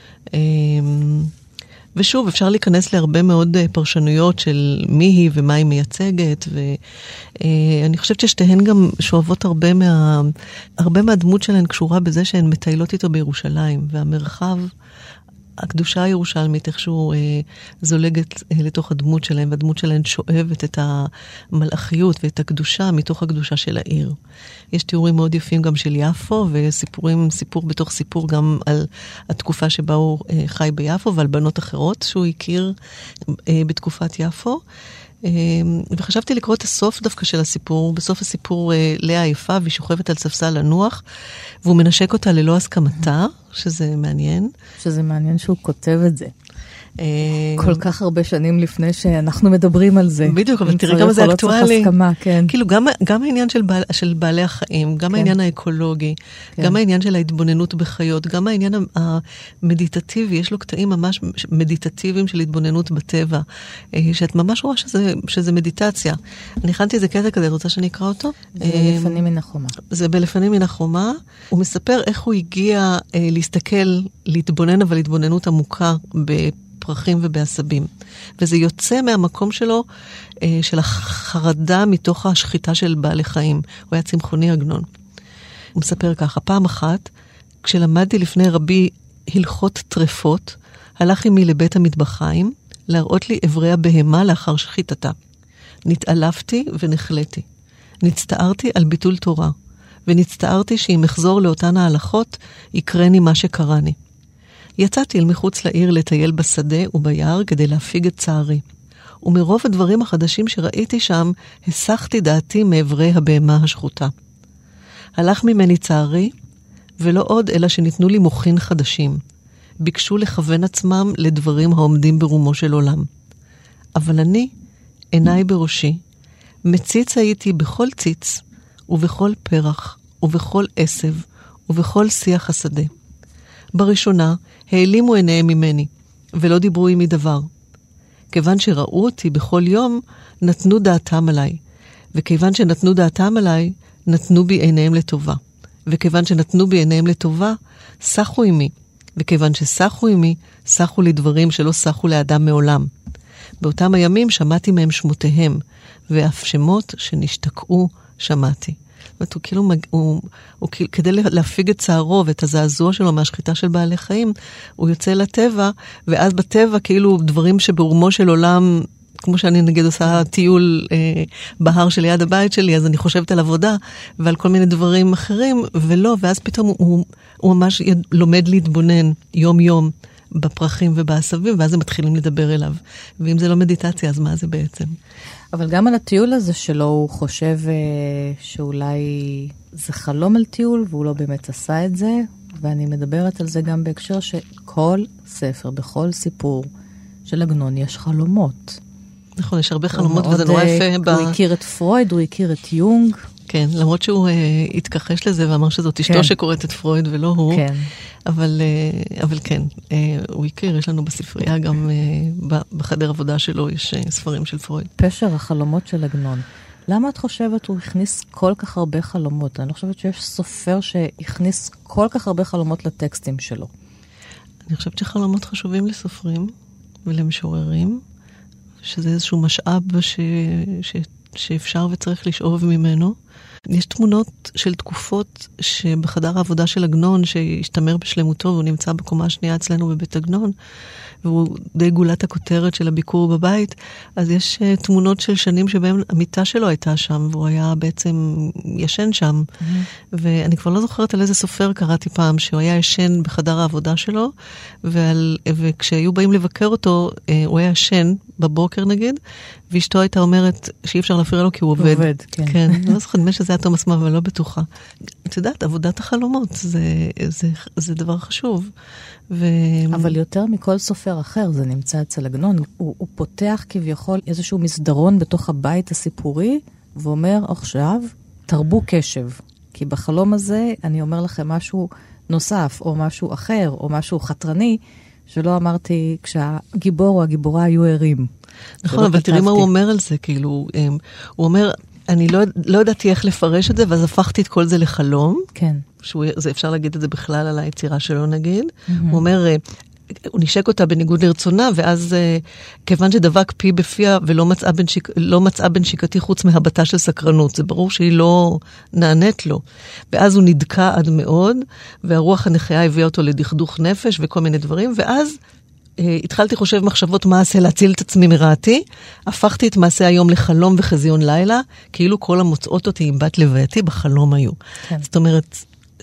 ושוב, אפשר להיכנס להרבה מאוד פרשנויות של מי היא ומה היא מייצגת, ואני חושבת ששתיהן גם שואבות הרבה מהדמות שלהן קשורה בזה שהן מטיילות איתו בירושלים, והמרחב, הקדושה הירושלמית איכשהו זולגת לתוך הדמות שלהם, והדמות שלהם שואבת את המלאכיות ואת הקדושה מתוך הקדושה של העיר. יש תיאורים מאוד יפים גם של יפו, וסיפור בתוך סיפור גם על התקופה שבה הוא חי ביפו, ועל בנות אחרות שהוא הכיר בתקופת יפו. וחשבתי לקרוא את הסוף דווקא של הסיפור. בסוף הסיפור לאה יפה, והיא שוכבת על ספסל לנוח, והוא מנשק אותה ללא הסכמתה, שזה מעניין. שזה מעניין שהוא כותב את זה. כל כך הרבה שנים לפני שאנחנו מדברים על זה. בדיוק, אבל תראי כמה זה אקטואלי. כן. כאילו גם העניין של בעלי החיים, גם העניין האקולוגי, גם העניין של ההתבוננות בחיות, גם העניין המדיטטיבי, יש לו קטעים ממש מדיטטיביים של התבוננות בטבע, שאת ממש רואה שזה מדיטציה. אני הכנתי איזה קטע כזה, רוצה שאני אקרא אותו? זה לפנים מן החומה. זה בלפנים מן החומה. הוא מספר איך הוא הגיע להסתכל, להתבונן, אבל התבוננות עמוקה בפרחים ובעשבים. וזה יוצא מהמקום שלו, של החרדה מתוך השחיטה של בעלי חיים. הוא היה צמחוני עגנון. הוא מספר ככה, פעם אחת, כשלמדתי לפני רבי הלכות טרפות, הלך עמי לבית המטבחיים, להראות לי אברי הבהמה לאחר שחיטתה. נתעלפתי ונחלתי. נצטערתי על ביטול תורה, ונצטערתי שאם אחזור לאותן ההלכות, יקרני מה שקראני. יצאתי אל מחוץ לעיר לטייל בשדה וביער כדי להפיג את צערי. ומרוב הדברים החדשים שראיתי שם, הסחתי דעתי מעברי הבהמה השחוטה. הלך ממני צערי, ולא עוד אלא שניתנו לי מוחין חדשים. ביקשו לכוון עצמם לדברים העומדים ברומו של עולם. אבל אני, עיניי בראשי, מציץ הייתי בכל ציץ, ובכל פרח, ובכל עשב, ובכל שיח השדה. בראשונה, העלימו עיניהם ממני, ולא דיברו עמי דבר. כיוון שראו אותי בכל יום, נתנו דעתם עליי. וכיוון שנתנו דעתם עליי, נתנו בי עיניהם לטובה. וכיוון שנתנו בי עיניהם לטובה, סחו עמי. וכיוון שסחו עמי, סחו לי דברים שלא סחו לאדם מעולם. באותם הימים שמעתי מהם שמותיהם, ואף שמות שנשתקעו שמעתי. זאת אומרת, הוא כדי להפיג את צערו ואת הזעזוע שלו מהשחיטה של בעלי חיים, הוא יוצא לטבע, ואז בטבע כאילו דברים שברומו של עולם, כמו שאני נגיד עושה טיול בהר שליד הבית שלי, אז אני חושבת על עבודה ועל כל מיני דברים אחרים, ולא, ואז פתאום הוא ממש לומד להתבונן יום יום בפרחים ובעשבים, ואז הם מתחילים לדבר אליו. ואם זה לא מדיטציה, אז מה זה בעצם? אבל גם על הטיול הזה שלו, הוא חושב שאולי זה חלום על טיול, והוא לא באמת עשה את זה, ואני מדברת על זה גם בהקשר שכל ספר, בכל סיפור של עגנון יש חלומות. נכון, יש הרבה חלומות וזה נורא יפה. הוא הכיר את פרויד, הוא הכיר את יונג. כן, למרות שהוא התכחש לזה ואמר שזאת אשתו שקוראת את פרויד ולא הוא. כן. אבל כן, הוא הכיר, יש לנו בספרייה גם בחדר עבודה שלו יש ספרים של פרויד. פשר החלומות של עגנון. למה את חושבת הוא הכניס כל כך הרבה חלומות? אני לא חושבת שיש סופר שהכניס כל כך הרבה חלומות לטקסטים שלו. אני חושבת שחלומות חשובים לסופרים ולמשוררים, שזה איזשהו משאב שאפשר וצריך לשאוב ממנו. יש תמונות של תקופות שבחדר העבודה של עגנון, שהשתמר בשלמותו, והוא נמצא בקומה השנייה אצלנו בבית עגנון, והוא די גולת הכותרת של הביקור בבית, אז יש תמונות של שנים שבהם המיטה שלו הייתה שם, והוא היה בעצם ישן שם. ואני כבר לא זוכרת על איזה סופר קראתי פעם, שהוא היה ישן בחדר העבודה שלו, וכשהיו באים לבקר אותו, הוא היה ישן בבוקר נגיד, ואשתו הייתה אומרת שאי אפשר להפריע לו כי הוא עובד. עובד, כן. כן, לא זוכרת, נדמה שזה היה תומאס מאן, אבל לא בטוחה. את יודעת, עבודת החלומות, זה דבר חשוב. אבל יותר מכל סופר אחר, זה נמצא אצל עגנון. הוא פותח כביכול איזשהו מסדרון בתוך הבית הסיפורי, ואומר, עכשיו, תרבו קשב. כי בחלום הזה, אני אומר לכם משהו נוסף, או משהו אחר, או משהו חתרני, שלא אמרתי כשהגיבור או הגיבורה היו ערים. נכון, אבל תראי מה הוא אומר על זה, כאילו, הוא אומר, אני לא ידעתי איך לפרש את זה, ואז הפכתי את כל זה לחלום. כן. זה אפשר להגיד את זה בכלל על היצירה שלו, נגיד. הוא אומר, הוא נשק אותה בניגוד לרצונה, ואז כיוון שדבק פי בפיה, ולא מצאה בנשיקתי חוץ מהבטה של סקרנות. זה ברור שהיא לא נענית לו. ואז הוא נדקה עד מאוד, והרוח הנחייה הביאה אותו לדכדוך נפש, וכל מיני דברים, ואז התחלתי חושב מחשבות מה עשה להציל את עצמי מרעתי, הפכתי את מעשה היום לחלום וחזיון לילה, כאילו כל המוצאות אותי עם בת לווייתי בחלום היו. כן. זאת אומרת,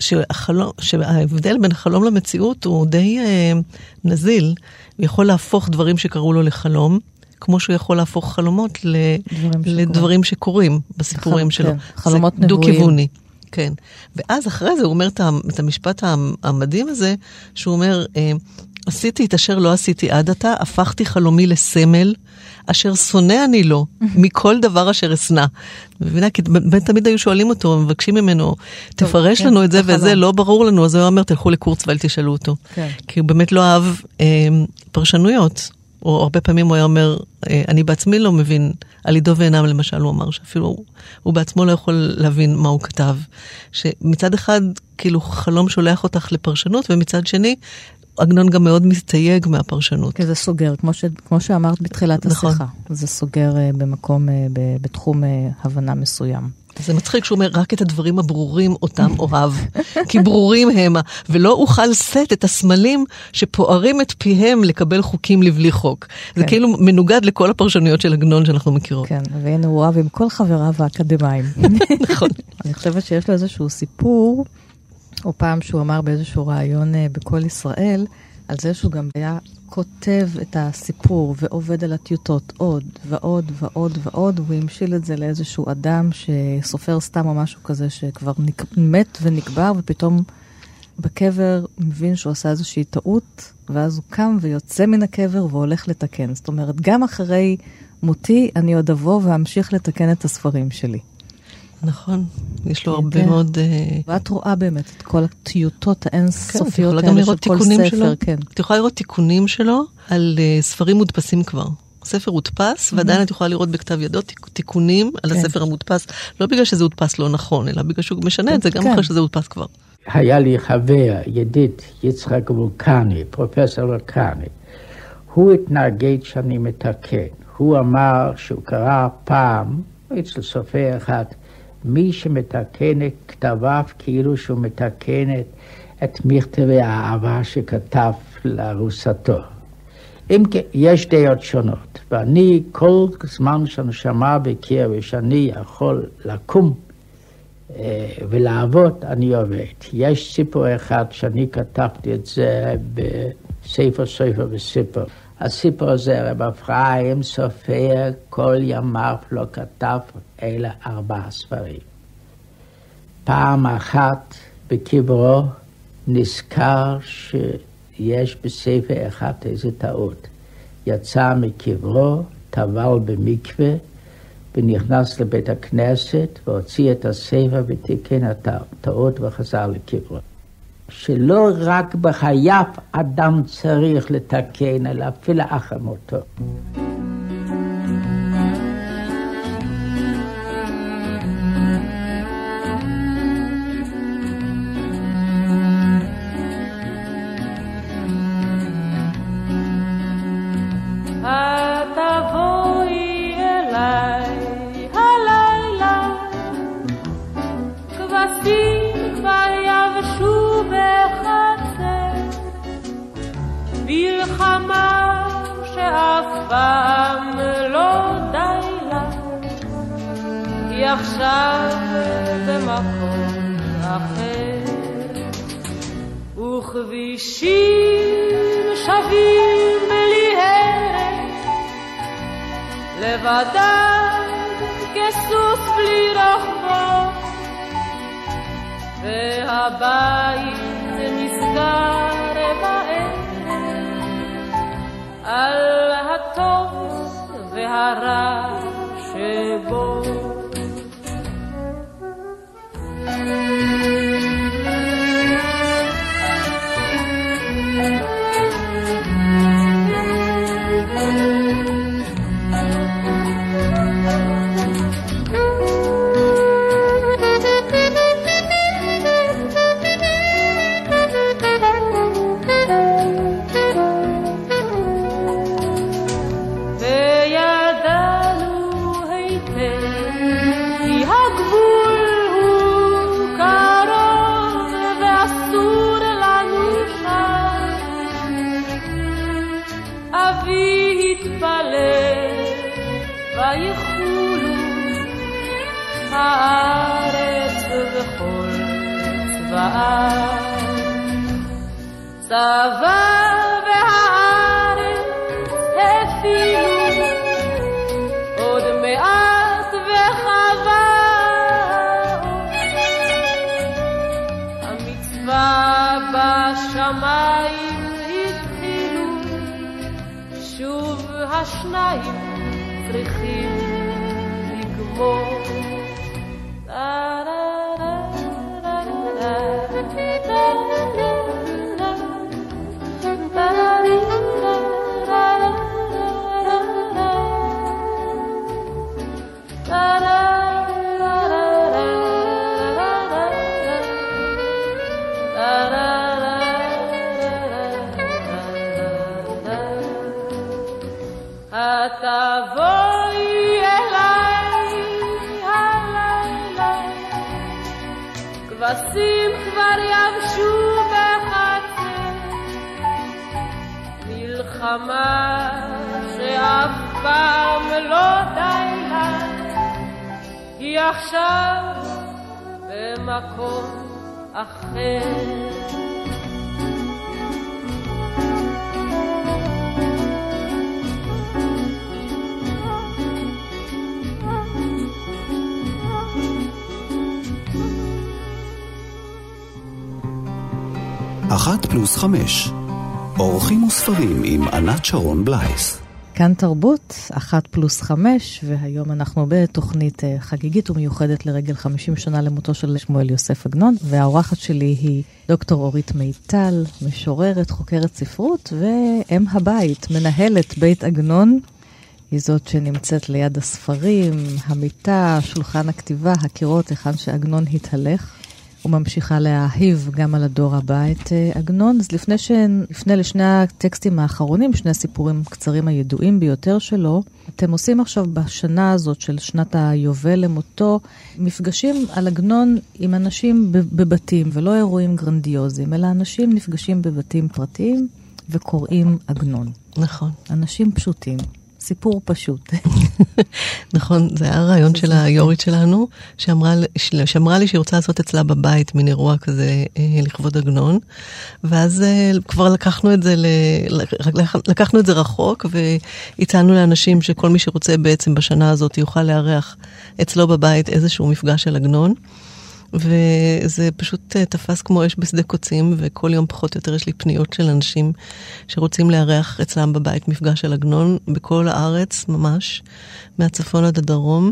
שההבדל בין החלום למציאות הוא די נזיל, הוא יכול להפוך דברים שקראו לו לחלום, כמו שהוא יכול להפוך חלומות לדברים שקורים בסיפורים שלו. כן. חלומות נבואים. דו-כיווני. כן. ואז אחרי זה הוא אומר את המשפט המדהים הזה, שהוא אומר, עשיתי את אשר לא עשיתי עד עתה, הפכתי חלומי לסמל, אשר שונא אני לו, מכל דבר אשר אשנא. מבינה? כי תמיד היו שואלים אותו, מבקשים ממנו, תפרש לנו את זה וזה, לא ברור לנו, אז הוא אומר, תלכו לקורץ ואל תשאלו אותו. כי הוא באמת לא אהב פרשנויות. או הרבה פעמים הוא היה אומר, אני בעצמי לא מבין, על עידו ועינם למשל, הוא אמר שאפילו הוא בעצמו לא יכול להבין מה הוא כתב. שמצד אחד, כאילו חלום שולח אותך לפרשנות, ומצד שני, עגנון גם מאוד מסתייג מהפרשנות. כי זה סוגר, כמו שאמרת בתחילת השיחה. זה סוגר במקום, בתחום הבנה מסוים. זה מצחיק שהוא אומר, רק את הדברים הברורים אותם אוהב. כי ברורים הם, ולא אוכל סט את הסמלים שפוערים את פיהם לקבל חוקים לבלי חוק. זה כאילו מנוגד לכל הפרשנויות של עגנון שאנחנו מכירות. כן, והנה הוא אוהב עם כל חבריו האקדמיים. נכון. אני חושבת שיש לו איזשהו סיפור, או פעם שהוא אמר באיזשהו רעיון בכל ישראל, על זה שהוא גם היה כותב את הסיפור ועובד על הטיוטות עוד ועוד ועוד ועוד, והוא המשיל את זה לאיזשהו אדם שסופר סתם או משהו כזה שכבר מת ונקבר, ופתאום בקבר מבין שהוא עשה איזושהי טעות, ואז הוא קם ויוצא מן הקבר והולך לתקן. זאת אומרת, גם אחרי מותי אני עוד אבוא ואמשיך לתקן את הספרים שלי. נכון, יש לו הרבה מאוד... ואת רואה באמת את כל הטיוטות האינסופיות האלה של כל ספר. את יכולה לראות תיקונים שלו על ספרים מודפסים כבר. ספר הודפס, ועדיין את יכולה לראות בכתב ידו תיקונים על הספר המודפס, לא בגלל שזה הודפס לא נכון, אלא בגלל שהוא משנה את זה, גם אחרי שזה הודפס כבר. היה לי חבר, ידיד, יצחק וולקני, פרופסור וולקני. הוא התנגד שאני מתקן. הוא אמר שהוא קרא פעם, אצל סופר אחד, מי שמתקן את כתביו כאילו שהוא מתקן את מכתבי האהבה שכתב לארוסתו. אם כן, יש דעות שונות, ואני כל זמן שאני שמע בקיר ושאני יכול לקום ולעבוד, אני עובד. יש סיפור אחד שאני כתבתי את זה בספר וסיפור. הסיפור הזה, רב אפרים סופר כל ימיו לא כתב אלא 4 ספרים. פעם אחת בקברו נזכר שיש בספר אחד איזה טעות. יצא מקברו, טבל במקווה, ונכנס לבית הכנסת, והוציא את הספר ותיקן את הטעות וחזר לקברו. שלא רק בחייו אדם צריך לתקן, אלא אפילו אחר מותו. מלחמה שאף פעם לא די לה, היא עכשיו במקום אחר, וכבישים שווים בלי הרף, לבדד כסוס בלי רחבו, והבית נסגר בערב על הטוב והרע שבו. הארץ וכל צבאה, צבא והארץ הפילו, עוד מעט וחווה, המצווה בשמיים התחילו, שוב השניים צריכים לגמור. תבואי אליי הלילה, כבשים כבר יבשו בחצר, מלחמה שאף פעם לא די לה, היא עכשיו במקום אחר. אחת פלוס 5, אורחים וספרים עם ענת שרון בלייס. כאן תרבות, 1+5, והיום אנחנו בתוכנית חגיגית ומיוחדת לרגל 50 שנה למותו של שמואל יוסף עגנון, והאורחת שלי היא דוקטור אורית מיטל, משוררת, חוקרת ספרות, ואם הבית, מנהלת בית עגנון, היא זאת שנמצאת ליד הספרים, המיטה, שולחן הכתיבה, הקירות, היכן שעגנון התהלך, וממשיכה להאהיב גם על הדור הבא את עגנון. אז לפני לשני הטקסטים האחרונים, שני הסיפורים קצרים הידועים ביותר שלו, אתם עושים עכשיו בשנה הזאת של שנת היובל למותו, מפגשים על עגנון עם אנשים בבתים, ולא אירועים גרנדיוזיים, אלא אנשים נפגשים בבתים פרטיים וקוראים עגנון. נכון. אנשים פשוטים. סיפור פשוט. נכון, זה היה הרעיון של היורית שלנו, שאמרה לי שהיא רוצה לעשות אצלה בבית מין אירוע כזה לכבוד עגנון, ואז כבר לקחנו את זה רחוק, והצענו לאנשים שכל מי שרוצה בעצם בשנה הזאת יוכל לארח אצלו בבית איזשהו מפגש של עגנון, וזה פשוט תפס כמו אש בשדה קוצים, וכל יום פחות או יותר יש לי פניות של אנשים שרוצים לארח אצלם בבית מפגש של עגנון, בכל הארץ ממש, מהצפון עד הדרום.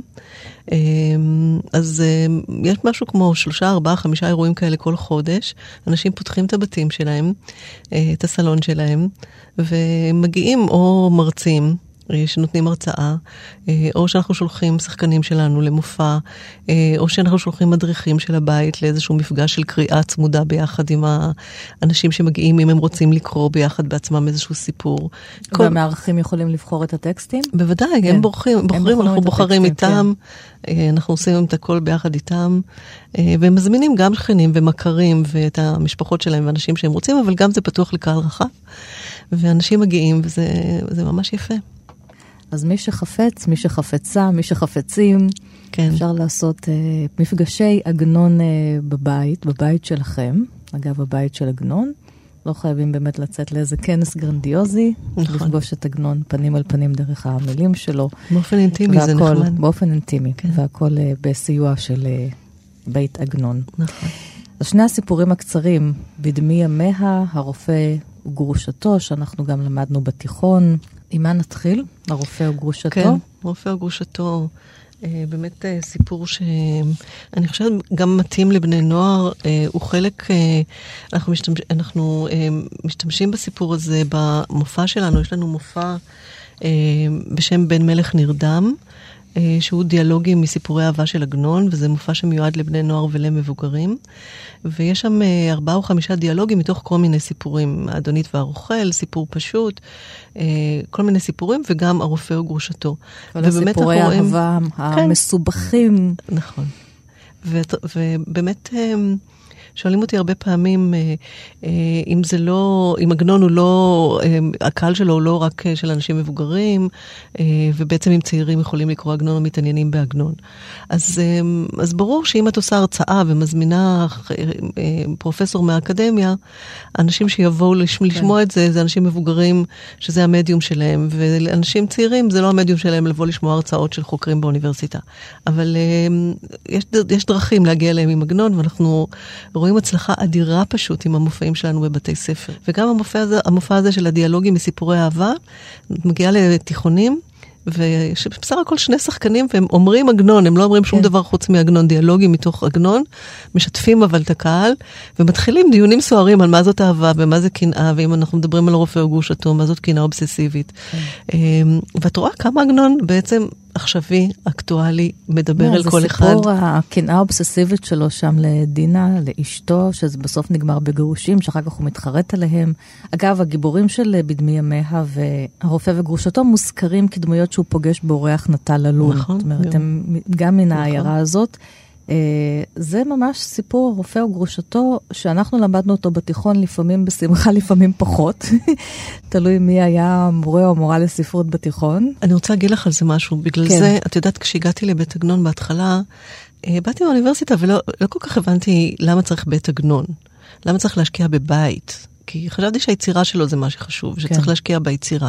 אז יש משהו כמו 3, 4, 5 אירועים כאלה כל חודש. אנשים פותחים את הבתים שלהם, את הסלון שלהם, ומגיעים או מרצים, שנותנים הרצאה, או שאנחנו שולחים שחקנים שלנו למופע, או שאנחנו שולחים מדריכים של הבית לאיזשהו מפגש של קריאה צמודה ביחד עם האנשים שמגיעים, אם הם רוצים לקרוא ביחד בעצמם איזשהו סיפור. והמארחים יכולים לבחור את הטקסטים? בוודאי, הם בוחרים, אנחנו בוחרים איתם, אנחנו עושים את הכל ביחד איתם, והם מזמינים גם שכנים ומכרים ואת המשפחות שלהם ואנשים שהם רוצים, אבל גם זה פתוח לקהל רחב, ואנשים מגיעים, וזה ממש יפה. אז מי שחפץ, מי שחפצה, מי שחפצים, כן. אפשר לעשות מפגשי עגנון בבית שלכם. אגב, הבית של עגנון. לא חייבים באמת לצאת לאיזה כנס גרנדיוזי, נכון. לפגוש את עגנון פנים על פנים דרך המילים שלו. באופן אינטימי זה נחמד. באופן אינטימי, כן. והכל בסיוע של בית עגנון. נכון. אז שני הסיפורים הקצרים, בדמי ימיה, הרופא וגרושתו, שאנחנו גם למדנו בתיכון. עם מה נתחיל? הרופא וגרושתו? כן, הרופא וגרושתו. באמת סיפור שאני חושבת גם מתאים לבני נוער. הוא חלק, אנחנו משתמשים בסיפור הזה במופע שלנו. יש לנו מופע בשם בן מלך נרדם, שהוא דיאלוגי מסיפורי אהבה של עגנון, וזה מופע שמיועד לבני נוער ולמבוגרים. ויש שם 4 או 5 דיאלוגים מתוך כל מיני סיפורים. האדונית והרוכל, סיפור פשוט, כל מיני סיפורים, וגם הרופא וגרושתו. כל הסיפורי האהבה המסובכים. נכון. ובאמת שואלים אותי הרבה פעמים, אם עגנון הוא לא, הקהל שלו הוא לא רק של אנשים מבוגרים, ובעצם אם צעירים יכולים לקרוא עגנון או מתעניינים בעגנון. אז ברור שאם את עושה הרצאה ומזמינה פרופסור מהאקדמיה, אנשים שיבואו לשמוע את זה, זה אנשים מבוגרים שזה המדיום שלהם, ואנשים צעירים זה לא המדיום שלהם לבוא לשמוע הרצאות של חוקרים באוניברסיטה. אבל יש דרכים להגיע אליהם עם עגנון, ואנחנו רואים הצלחה אדירה פשוט עם המופעים שלנו בבתי ספר. וגם המופע הזה של הדיאלוגים מסיפורי אהבה, מגיע לתיכונים, ובסך הכל 2 שחקנים, והם אומרים עגנון, הם לא אומרים שום דבר חוץ מעגנון, דיאלוגים מתוך עגנון, משתפים אבל את הקהל, ומתחילים דיונים סוערים על מה זאת אהבה, ומה זה קנאה, ואם אנחנו מדברים על הרופא וגרושתו, מה זאת קנאה אובססיבית. ואת רואה כמה עגנון בעצם עכשווי, אקטואלי, מדבר על כל אחד. זה סיפור הקנאה האובססיבית שלו שם לדינה, לאשתו, שזה בסוף נגמר בגירושים, שאחר כך הוא מתחרט עליהם. אגב, הגיבורים של בדמי ימיה והרופא וגרושתו מוזכרים כדמויות שהוא פוגש באורח נטל אלון. נכון. זאת אומרת, הם גם מן העיירה הזאת. זה ממש סיפור הרופא וגרושתו, שאנחנו למדנו אותו בתיכון, לפעמים בשמחה, לפעמים פחות. תלוי מי היה מורה או מורה לספרות בתיכון. אני רוצה להגיד לך על זה משהו. בגלל זה, את יודעת, כשהגעתי לבית עגנון בהתחלה, באתי באוניברסיטה ולא כל כך הבנתי למה צריך בית עגנון. למה צריך להשקיע בבית. כי חשבתי שהיצירה שלו זה מה שחשוב, שצריך להשקיע ביצירה.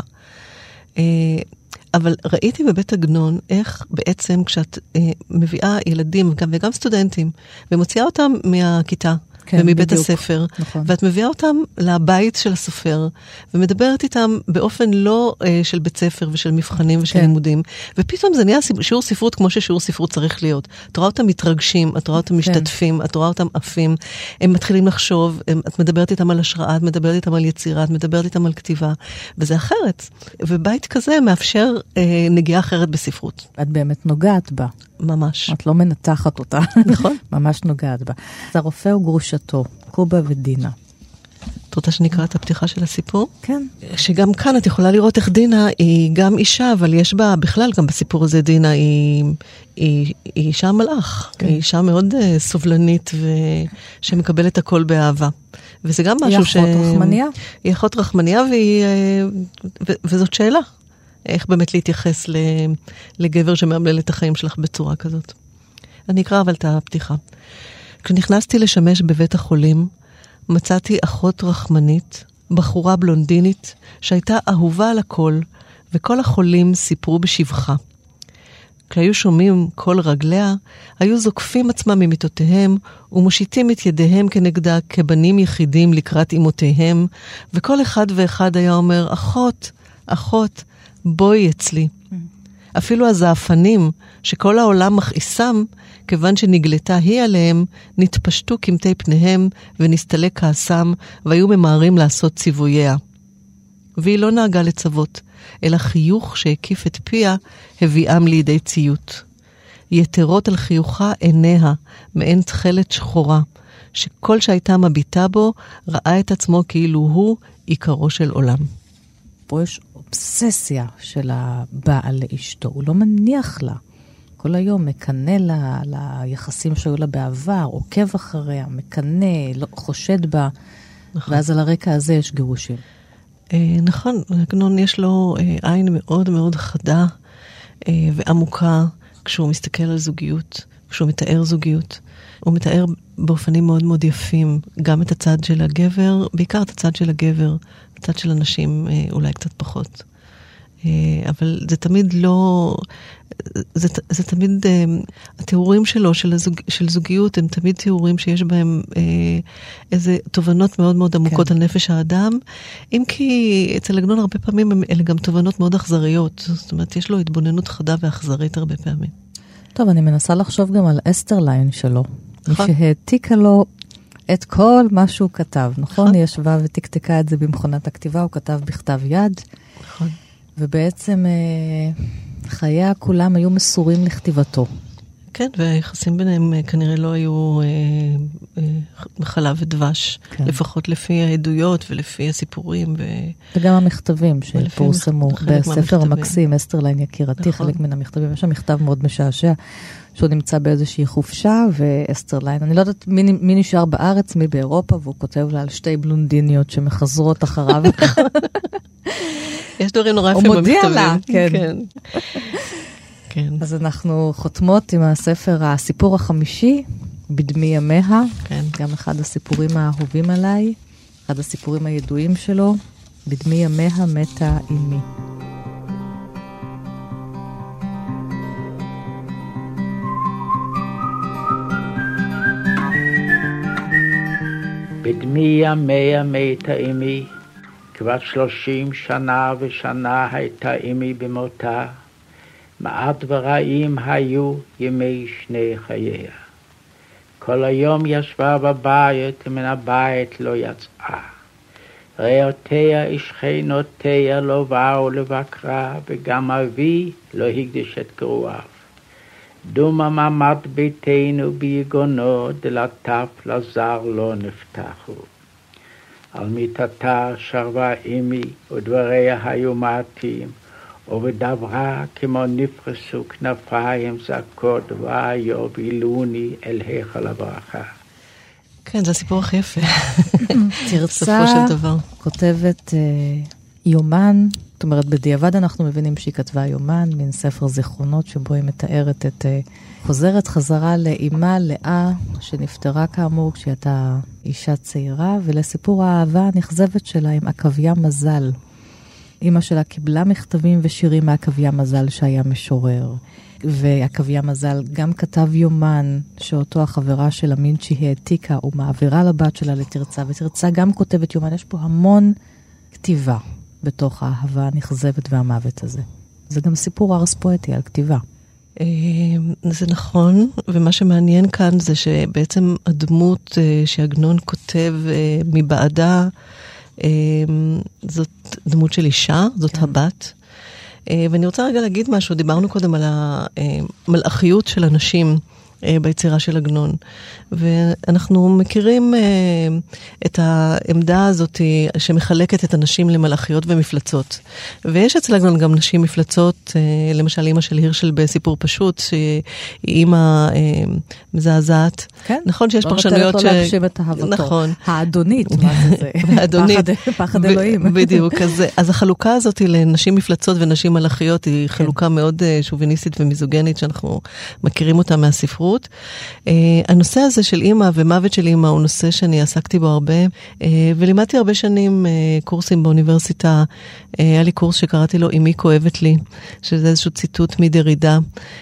אבל ראיתי בבית עגנון איך בעצם כשאת מביאה ילדים וגם סטודנטים, ומוציאה אותם מהכיתה, כן, ומבית בדיוק. הספר, נכון. ואת מביאה אותם לבית של הסופר, ומדברת איתם באופן לא של בית ספר ושל מבחנים ושל כן. לימודים, ופתאום זה נהיה שיעור ספרות כמו ששיעור ספרות צריך להיות. את רואה אותם מתרגשים, את רואה אותם משתתפים, את רואה אותם עפים, הם מתחילים לחשוב, את מדברת איתם על השראה, את מדברת איתם על יצירה, את מדברת איתם על כתיבה, וזה אחרת. ובית כזה מאפשר נגיעה אחרת בספרות. את באמת נוגעת בה. ממש. את לא מנתחת אותה. נכון. ממש נוגעת בה. אז הרופא וגרושתו, קובה ודינה. את רוצה שנקרא את הפתיחה של הסיפור? כן. שגם כאן את יכולה לראות איך דינה היא גם אישה, אבל יש בה, בכלל גם בסיפור הזה דינה היא אישה מלאך. כן. היא אישה מאוד סובלנית שמקבלת הכל באהבה. וזה גם משהו היא אחות רחמניה? היא אחות רחמניה וזאת שאלה. איך באמת להתייחס לגבר שמאמלל את החיים שלך בצורה כזאת. אני אקרא אבל את הפתיחה. כשנכנסתי לשמש בבית החולים, מצאתי אחות רחמנית, בחורה בלונדינית, שהייתה אהובה על הכל, וכל החולים סיפרו בשבחה. כשהיו שומעים כל רגליה, היו זוקפים עצמם ממיטותיהם ומושיטים את ידיהם כנגדה כבנים יחידים לקראת אמותיהם, וכל אחד ואחד היה אומר, אחות, אחות, בואי אצלי. אפילו הזעפנים, שכל העולם מכעיסם, כיוון שנגלתה היא עליהם, נתפשטו כמתי פניהם ונסתלק כעסם, והיו ממהרים לעשות ציווייה. והיא לא נהגה לצוות, אלא חיוך שהקיף את פיה, הביאם לידי ציות. יתרות על חיוכה עיניה, מעין תחלת שחורה, שכל שהייתה מביטה בו, ראה את עצמו כאילו הוא עיקרו של עולם. פה יש אובססיה של הבעל לאשתו, הוא לא מניח לה. כל היום מקנה לה ליחסים שהיו לה בעבר, עוקב אחריה, מקנה, לא, חושד בה, נכון. ואז על הרקע הזה יש גירושים. נכון, עגנון יש לו עין מאוד מאוד חדה ועמוקה כשהוא מסתכל על זוגיות, כשהוא מתאר זוגיות. הוא מתאר באופנים מאוד מאוד יפים, גם את הצד של הגבר, בעיקר את הצד של הגבר, הצד של הנשים אולי קצת פחות. אבל זה תמיד לא, זה תמיד, התיאורים שלו, של זוגיות, הם תמיד תיאורים שיש בהם איזה תובנות מאוד מאוד עמוקות על נפש האדם, אם כי אצל עגנון הרבה פעמים אלה גם תובנות מאוד אכזריות, זאת אומרת, יש לו התבוננות חדה ואכזרית הרבה פעמים. טוב, אני מנסה לחשוב גם על אסתרליין שלו, מי שהעתיקה לו את כל מה שהוא כתב, נכון? היא ישבה ותקתקה את זה במכונת הכתיבה, הוא כתב בכתב יד. נכון. ובעצם חייה כולם היו מסורים לכתיבתו. כן, והיחסים ביניהם כנראה לא היו חלב ודבש, כן. לפחות לפי העדויות ולפי הסיפורים. וגם המכתבים שפורסמו בספר המקסים, אסתרליין יקירתי, נכון. חלק מן המכתבים. יש שם מכתב מאוד משעשע, שהוא נמצא באיזושהי חופשה, ואסתרליין, אני לא יודעת מי נשאר בארץ, מי באירופה, והוא כותב לה על שתי בלונדיניות שמחזרות אחריו. יש דברים נורא יפים במכתבים. הוא מודיע לה, כן. כן. כן. אז אנחנו חותמות עם הספר הסיפור החמישי, בדמי ימיה, כן. גם אחד הסיפורים האהובים עליי, אחד הסיפורים הידועים שלו, בדמי ימיה מתה אמי. בדמי ימיה מתה אמי, כבר 30 שנה ושנה הייתה אמי במותה, מעט ורעים היו ימי שני חייה. כל היום ישבה בבית ומן הבית לא יצאה. רעותיה ושכנותיה לא באו לבקרה, וגם אבי לא הקדיש את גרועיו. דומם עמד ביתנו ביגונו, דלתיו לזר לא נפתחו. על מיטתה שרבה אמי, ודבריה היו מעטים, ובדברה כמו נפרסו כנפיים זקות, ויובילוני אל היכל הברכה. כן, זה הסיפור הכי יפה. תרצה כותבת יומן, זאת אומרת, בדיעבד אנחנו מבינים שהיא כתבה יומן, מן ספר זיכרונות, שבו היא מתארת את חוזרת חזרה לאימה לאה, שנפטרה כאמור כשהיא הייתה אישה צעירה, ולסיפור האהבה הנכזבת שלה עם עקביה מזל. אמא שלה קיבלה מכתבים ושירים מעקביה מזל שהיה משורר. ועקביה מזל גם כתב יומן שאותו החברה של המינצ'י העתיקה ומעבירה לבת שלה לתרצה, ותרצה גם כותבת יומן. יש פה המון כתיבה בתוך האהבה הנכזבת והמוות הזה. זה גם סיפור ארס פואטי על כתיבה. זה נכון, ומה שמעניין כאן זה שבעצם הדמות שעגנון כותב מבעדה, זאת דמות של אישה, זאת הבת. ואני רוצה רגע להגיד משהו, דיברנו קודם על המלאכיות של אנשים ביצירה של עגנון. ואנחנו מכירים את העמדה הזאת שמחלקת את הנשים למלאכיות ומפלצות. ויש אצל עגנון גם נשים מפלצות, למשל אמא של הירשל בסיפור פשוט, שהיא אמא מזעזעת. כן. נכון שיש פרשנויות לא להגשים את אהבתו. נכון. האדונית, מה זה? האדונית. פחד אלוהים. בדיוק. אז החלוקה הזאת לנשים מפלצות ונשים מלאכיות היא חלוקה מאוד שוביניסטית ומיזוגנית, שאנחנו מכירים אותה מהספרות. בנבחרות. הנושא הזה של אמא ומוות של אמא הוא נושא שאני עסקתי בו הרבה, ולימדתי הרבה שנים קורסים באוניברסיטה. היה לי קורס שקראתי לו אמי כואבת לי, שזה איזשהו ציטוט מדרידה.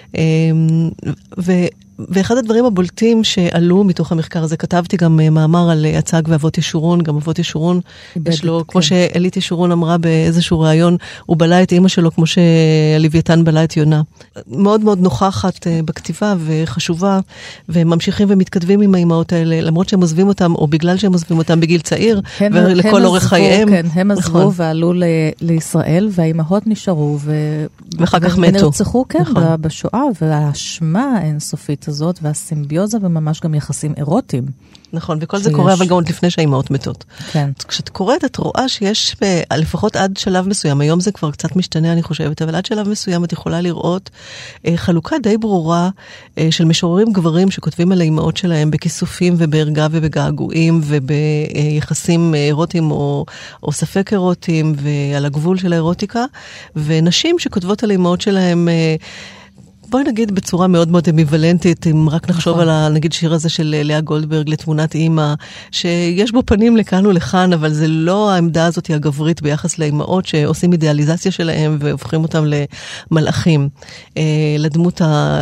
ואחד הדברים הבולטים שעלו מתוך המחקר הזה, כתבתי גם מאמר על הצג ואבות ישורון, גם אבות ישורון, יש לו, כמו שאלית ישורון אמרה באיזשהו רעיון, הוא בלה את אמא שלו כמו שהלוויתן בלה את יונה. מאוד מאוד נוכחת בכתיבה וחשובה, וממשיכים ומתכתבים עם האימהות האלה, למרות שהם עוזבים אותם, או בגלל שהם עוזבים אותם בגיל צעיר, ולכל אורך חייהם. כן, הם עזבו ועלו לישראל, והאימהות נשארו, ואחר כך מתו. ונרצחו, כן, בשואה, והאשמה האינסופית הזאת, והסימביוזה, וממש גם יחסים אירוטיים. נכון, וכל זה קורה אבל גם עוד לפני שהאימהות מתות. כן. כשאת קוראת, את רואה שיש, לפחות עד שלב מסוים, היום זה כבר קצת משתנה, אני חושבת, אבל עד שלב מסוים את יכולה לראות חלוקה די ברורה של משוררים גברים שכותבים על האימהות שלהם בכיסופים ובערגה ובגעגועים וביחסים אירוטיים או ספק אירוטיים ועל הגבול של האירוטיקה, ונשים שכותבות על האימהות שלהם בואי נגיד בצורה מאוד מאוד אמיוולנטית, אם רק נחשוב על נגיד שיר הזה של לאה גולדברג לתמונת אימא, שיש בו פנים לכאן ולכאן, אבל זה לא העמדה הזאת הגברית ביחס לאימהות שעושים אידיאליזציה שלהם והופכים אותם למלאכים. לדמות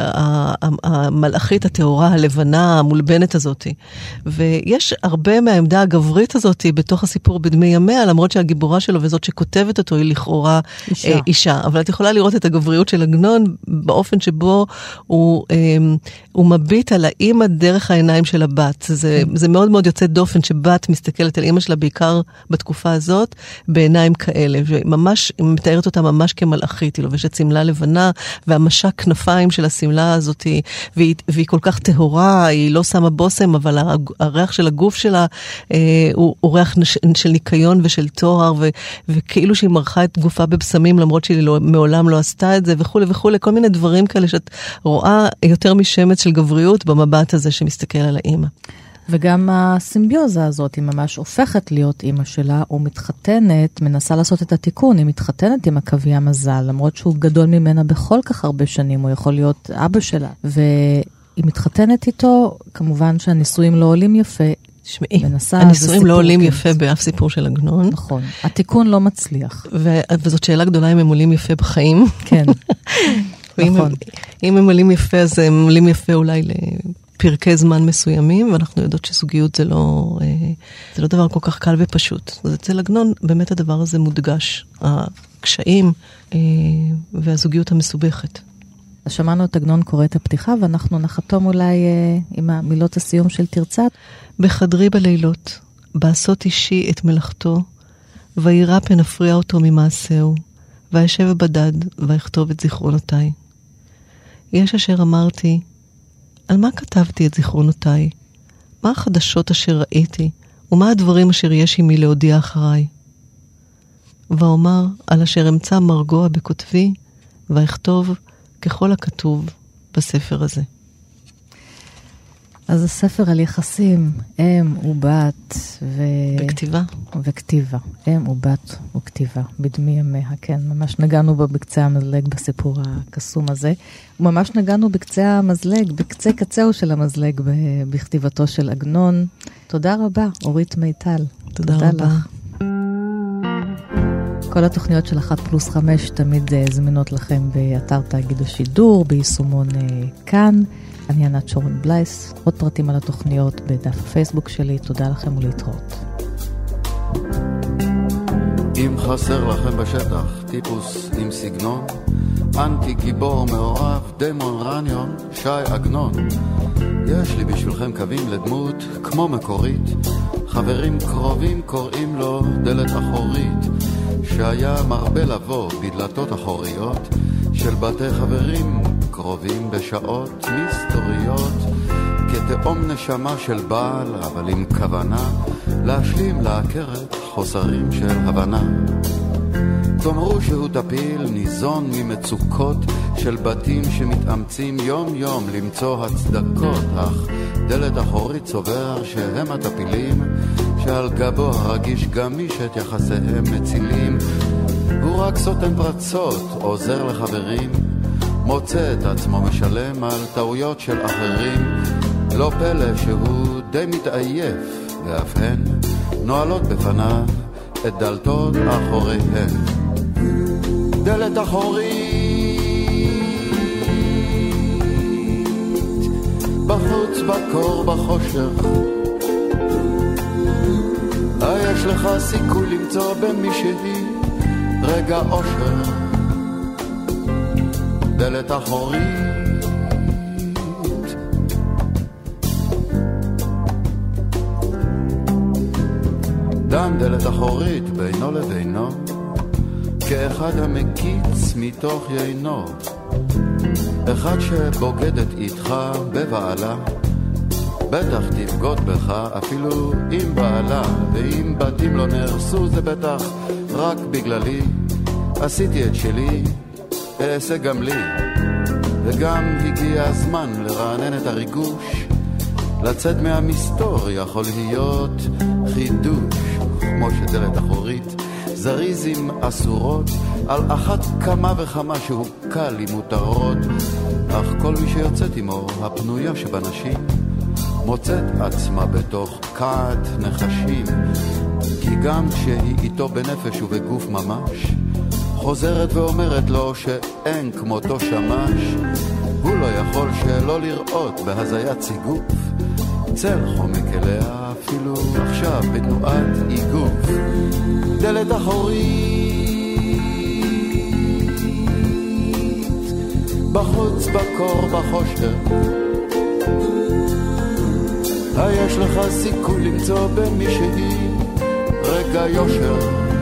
המלאכית, התאורה, הלבנה, המולבנת הזאת. ויש הרבה מהעמדה הגברית הזאת בתוך הסיפור בדמי ימיה, למרות שהגיבורה שלו וזאת שכותבת אותו היא לכאורה אישה. אבל את יכולה לראות את הגבריות של עגנון באופן שבו הוא מביט על האמא דרך העיניים של הבת. זה מאוד מאוד יוצא דופן שבת מסתכלת על אמא שלה בעיקר בתקופה הזאת, בעיניים כאלה. וממש, היא מתארת אותה ממש כמלאכית. היא לובשת סמלה לבנה, והמשק כנפיים של הסמלה הזאת, והיא כל כך טהורה, היא לא שמה בוסם, אבל הריח של הגוף שלה הוא ריח של ניקיון ושל טוהר, וכאילו שהיא מרחה את גופה בבשמים, למרות שהיא מעולם לא עשתה את זה, וכו' וכו', כל מיני דברים כאלה שאת רואה יותר משמץ של גבריות במבט הזה שמסתכל על האמא. וגם הסימביוזה הזאת היא ממש הופכת להיות אמא שלה, או מתחתנת, מנסה לעשות את התיקון, היא מתחתנת עם אקוויה מזל, למרות שהוא גדול ממנה בכל כך הרבה שנים, הוא יכול להיות אבא שלה. והיא מתחתנת איתו, כמובן שהנישואים לא עולים יפה, שמעי, הנישואים לא עולים יפה באף סיפור של עגנון. נכון, התיקון לא מצליח. וזאת שאלה גדולה אם הם עולים יפה בחיים. כן. נכון. אם הם עולים יפה, אז הם עולים יפה אולי לפרקי זמן מסוימים, ואנחנו יודעות שזוגיות זה לא דבר כל כך קל ופשוט. אז אצל עגנון באמת הדבר הזה מודגש, הקשיים והזוגיות המסובכת. אז שמענו את עגנון קורא את הפתיחה, ואנחנו נחתום אולי עם המילות הסיום של תרצת. בחדרי בלילות, בעשות אישי את מלאכתו, וירא פן אפריע אותו ממעשהו, וישב בדד, ויכתוב את זיכרונותיי. יש אשר אמרתי, על מה כתבתי את זיכרונותיי? מה החדשות אשר ראיתי, ומה הדברים אשר יש עמי להודיע אחריי? ואומר, על אשר אמצא מרגוע בכותבי, ויכתוב ככל הכתוב בספר הזה. אז הספר על יחסים, אם ובת וכתיבה. וכתיבה. אם ובת וכתיבה, בדמי ימיה, כן. ממש נגענו בו בקצה המזלג בסיפור הקסום הזה. וממש נגענו בקצה המזלג, בקצה קצהו של המזלג בכתיבתו של עגנון. תודה רבה, אורית מיטל. תודה רבה. לך. כל התוכניות של 1+5 תמיד זמינות לכם באתר תאגיד השידור, ביישומון כאן. אני ענת שרון בלייס, עוד פרטים על התוכניות בדף הפייסבוק שלי, תודה לכם ולהתראות. אם חסר לכם בשטח טיפוס עם סגנון, אנטי גיבור מעורב, דמון רניון, שי עגנון, יש לי בשבילכם קווים לדמות כמו מקורית, חברים קרובים קוראים לו דלת אחורית, שהיה מרבה לבוא בדלתות אחוריות של בתי חברים קרובים בשעות מסתוריות, כתאום נשמה של בעל, אבל עם כוונה להשלים להכרת חוסרים של הבנה. תאמרו שהוא טפיל ניזון ממצוקות של בתים שמתאמצים יום יום למצוא הצדקות, אך דלת אחורית צובר שהם הטפילים שעל גבו הרגיש גמיש את יחסיהם מצילים. הוא רק סותם פרצות, עוזר לחברים, מוצא את עצמו משלם על טעויות של אחרים. לא פלא שהוא די מתעייף, ואף הן נועלות בפניו את דלתות אחוריהן. דלת אחורית, בחוץ בקור בחושך, יש לך סיכוי למצוא במישהי רגע אושר. דלת אחורית, דן דלת אחורית בינו לבינו, כאחד המקיץ מתוך יינו. אחד שבוגדת איתך בבעלה, בטח תבגוד בך אפילו אם בעלה, ואם בתים לא נהרסו זה בטח רק בגללי. עשיתי את שלי, אעשה גם לי, וגם הגיע הזמן לרענן את הריגוש. לצאת מהמסתור יכול להיות חידוש, כמו שדלת אחורית זריז עם אסורות, על אחת כמה וכמה שהוא קל עם מותרות. אך כל מי שיוצאת עמו הפנויה שבנשים מוצאת עצמה בתוך קעת נחשים, כי גם כשהיא איתו בנפש ובגוף ממש, חוזרת ואומרת לו שאין כמותו שמש. הוא לא יכול שלא לראות בהזיית סיגוף צל חומק אליה אפילו עכשיו בתנועת איגוף. דלת אחורית, בחוץ בקור בחושך, יש לך סיכוי למצוא במישהי רגע יושר.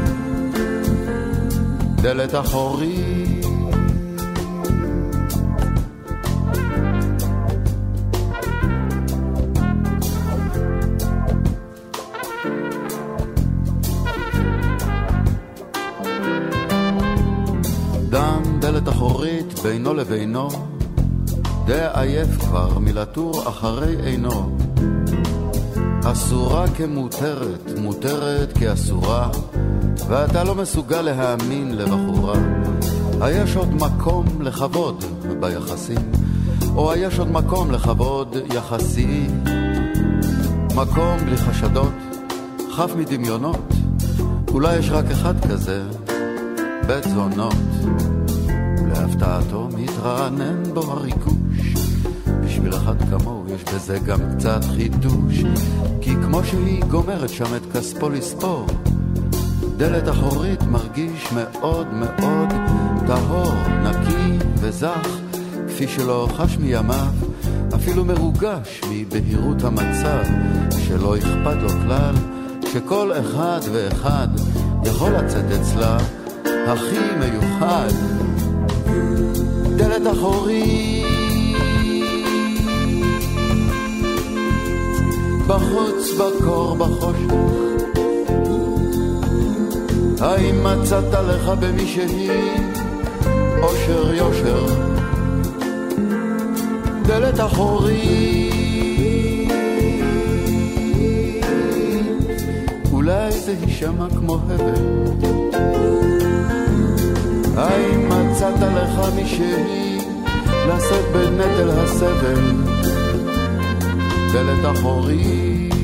דלת אחורית, דן דלת אחורית בינו לבינו, די עייף כבר מלטור אחרי עינו. אסורה כמותרת, מותרת כאסורה, ואתה לא מסוגל להאמין לבחורה. יש עוד מקום לכבוד ביחסים, או יש עוד מקום לכבוד יחסי, מקום בלי חשדות, חף מדמיונות. אולי יש רק אחד כזה, בית זונות. להפתעתו מתרענן בו הריגוש, בשביל אחד כמוהו יש בזה גם קצת חידוש, כי כמו שהיא גומרת שם את כספו לספור, דלת אחורית מרגיש מאוד מאוד טהור, נקי וזך, כפי שלא חש מימיו, אפילו מרוגש מבהירות המצב, שלא אכפת לו כלל, שכל אחד ואחד יכול לצאת אצלה הכי מיוחד. דלת אחורית, בחוץ בקור בחושך, האם מצאת לך במישהי אושר יושר? דלת אחורית, אולי זה יישמע כמו הבל, האם מצאת לך מישהי לשאת בנטל הסבל? דלת אחורית,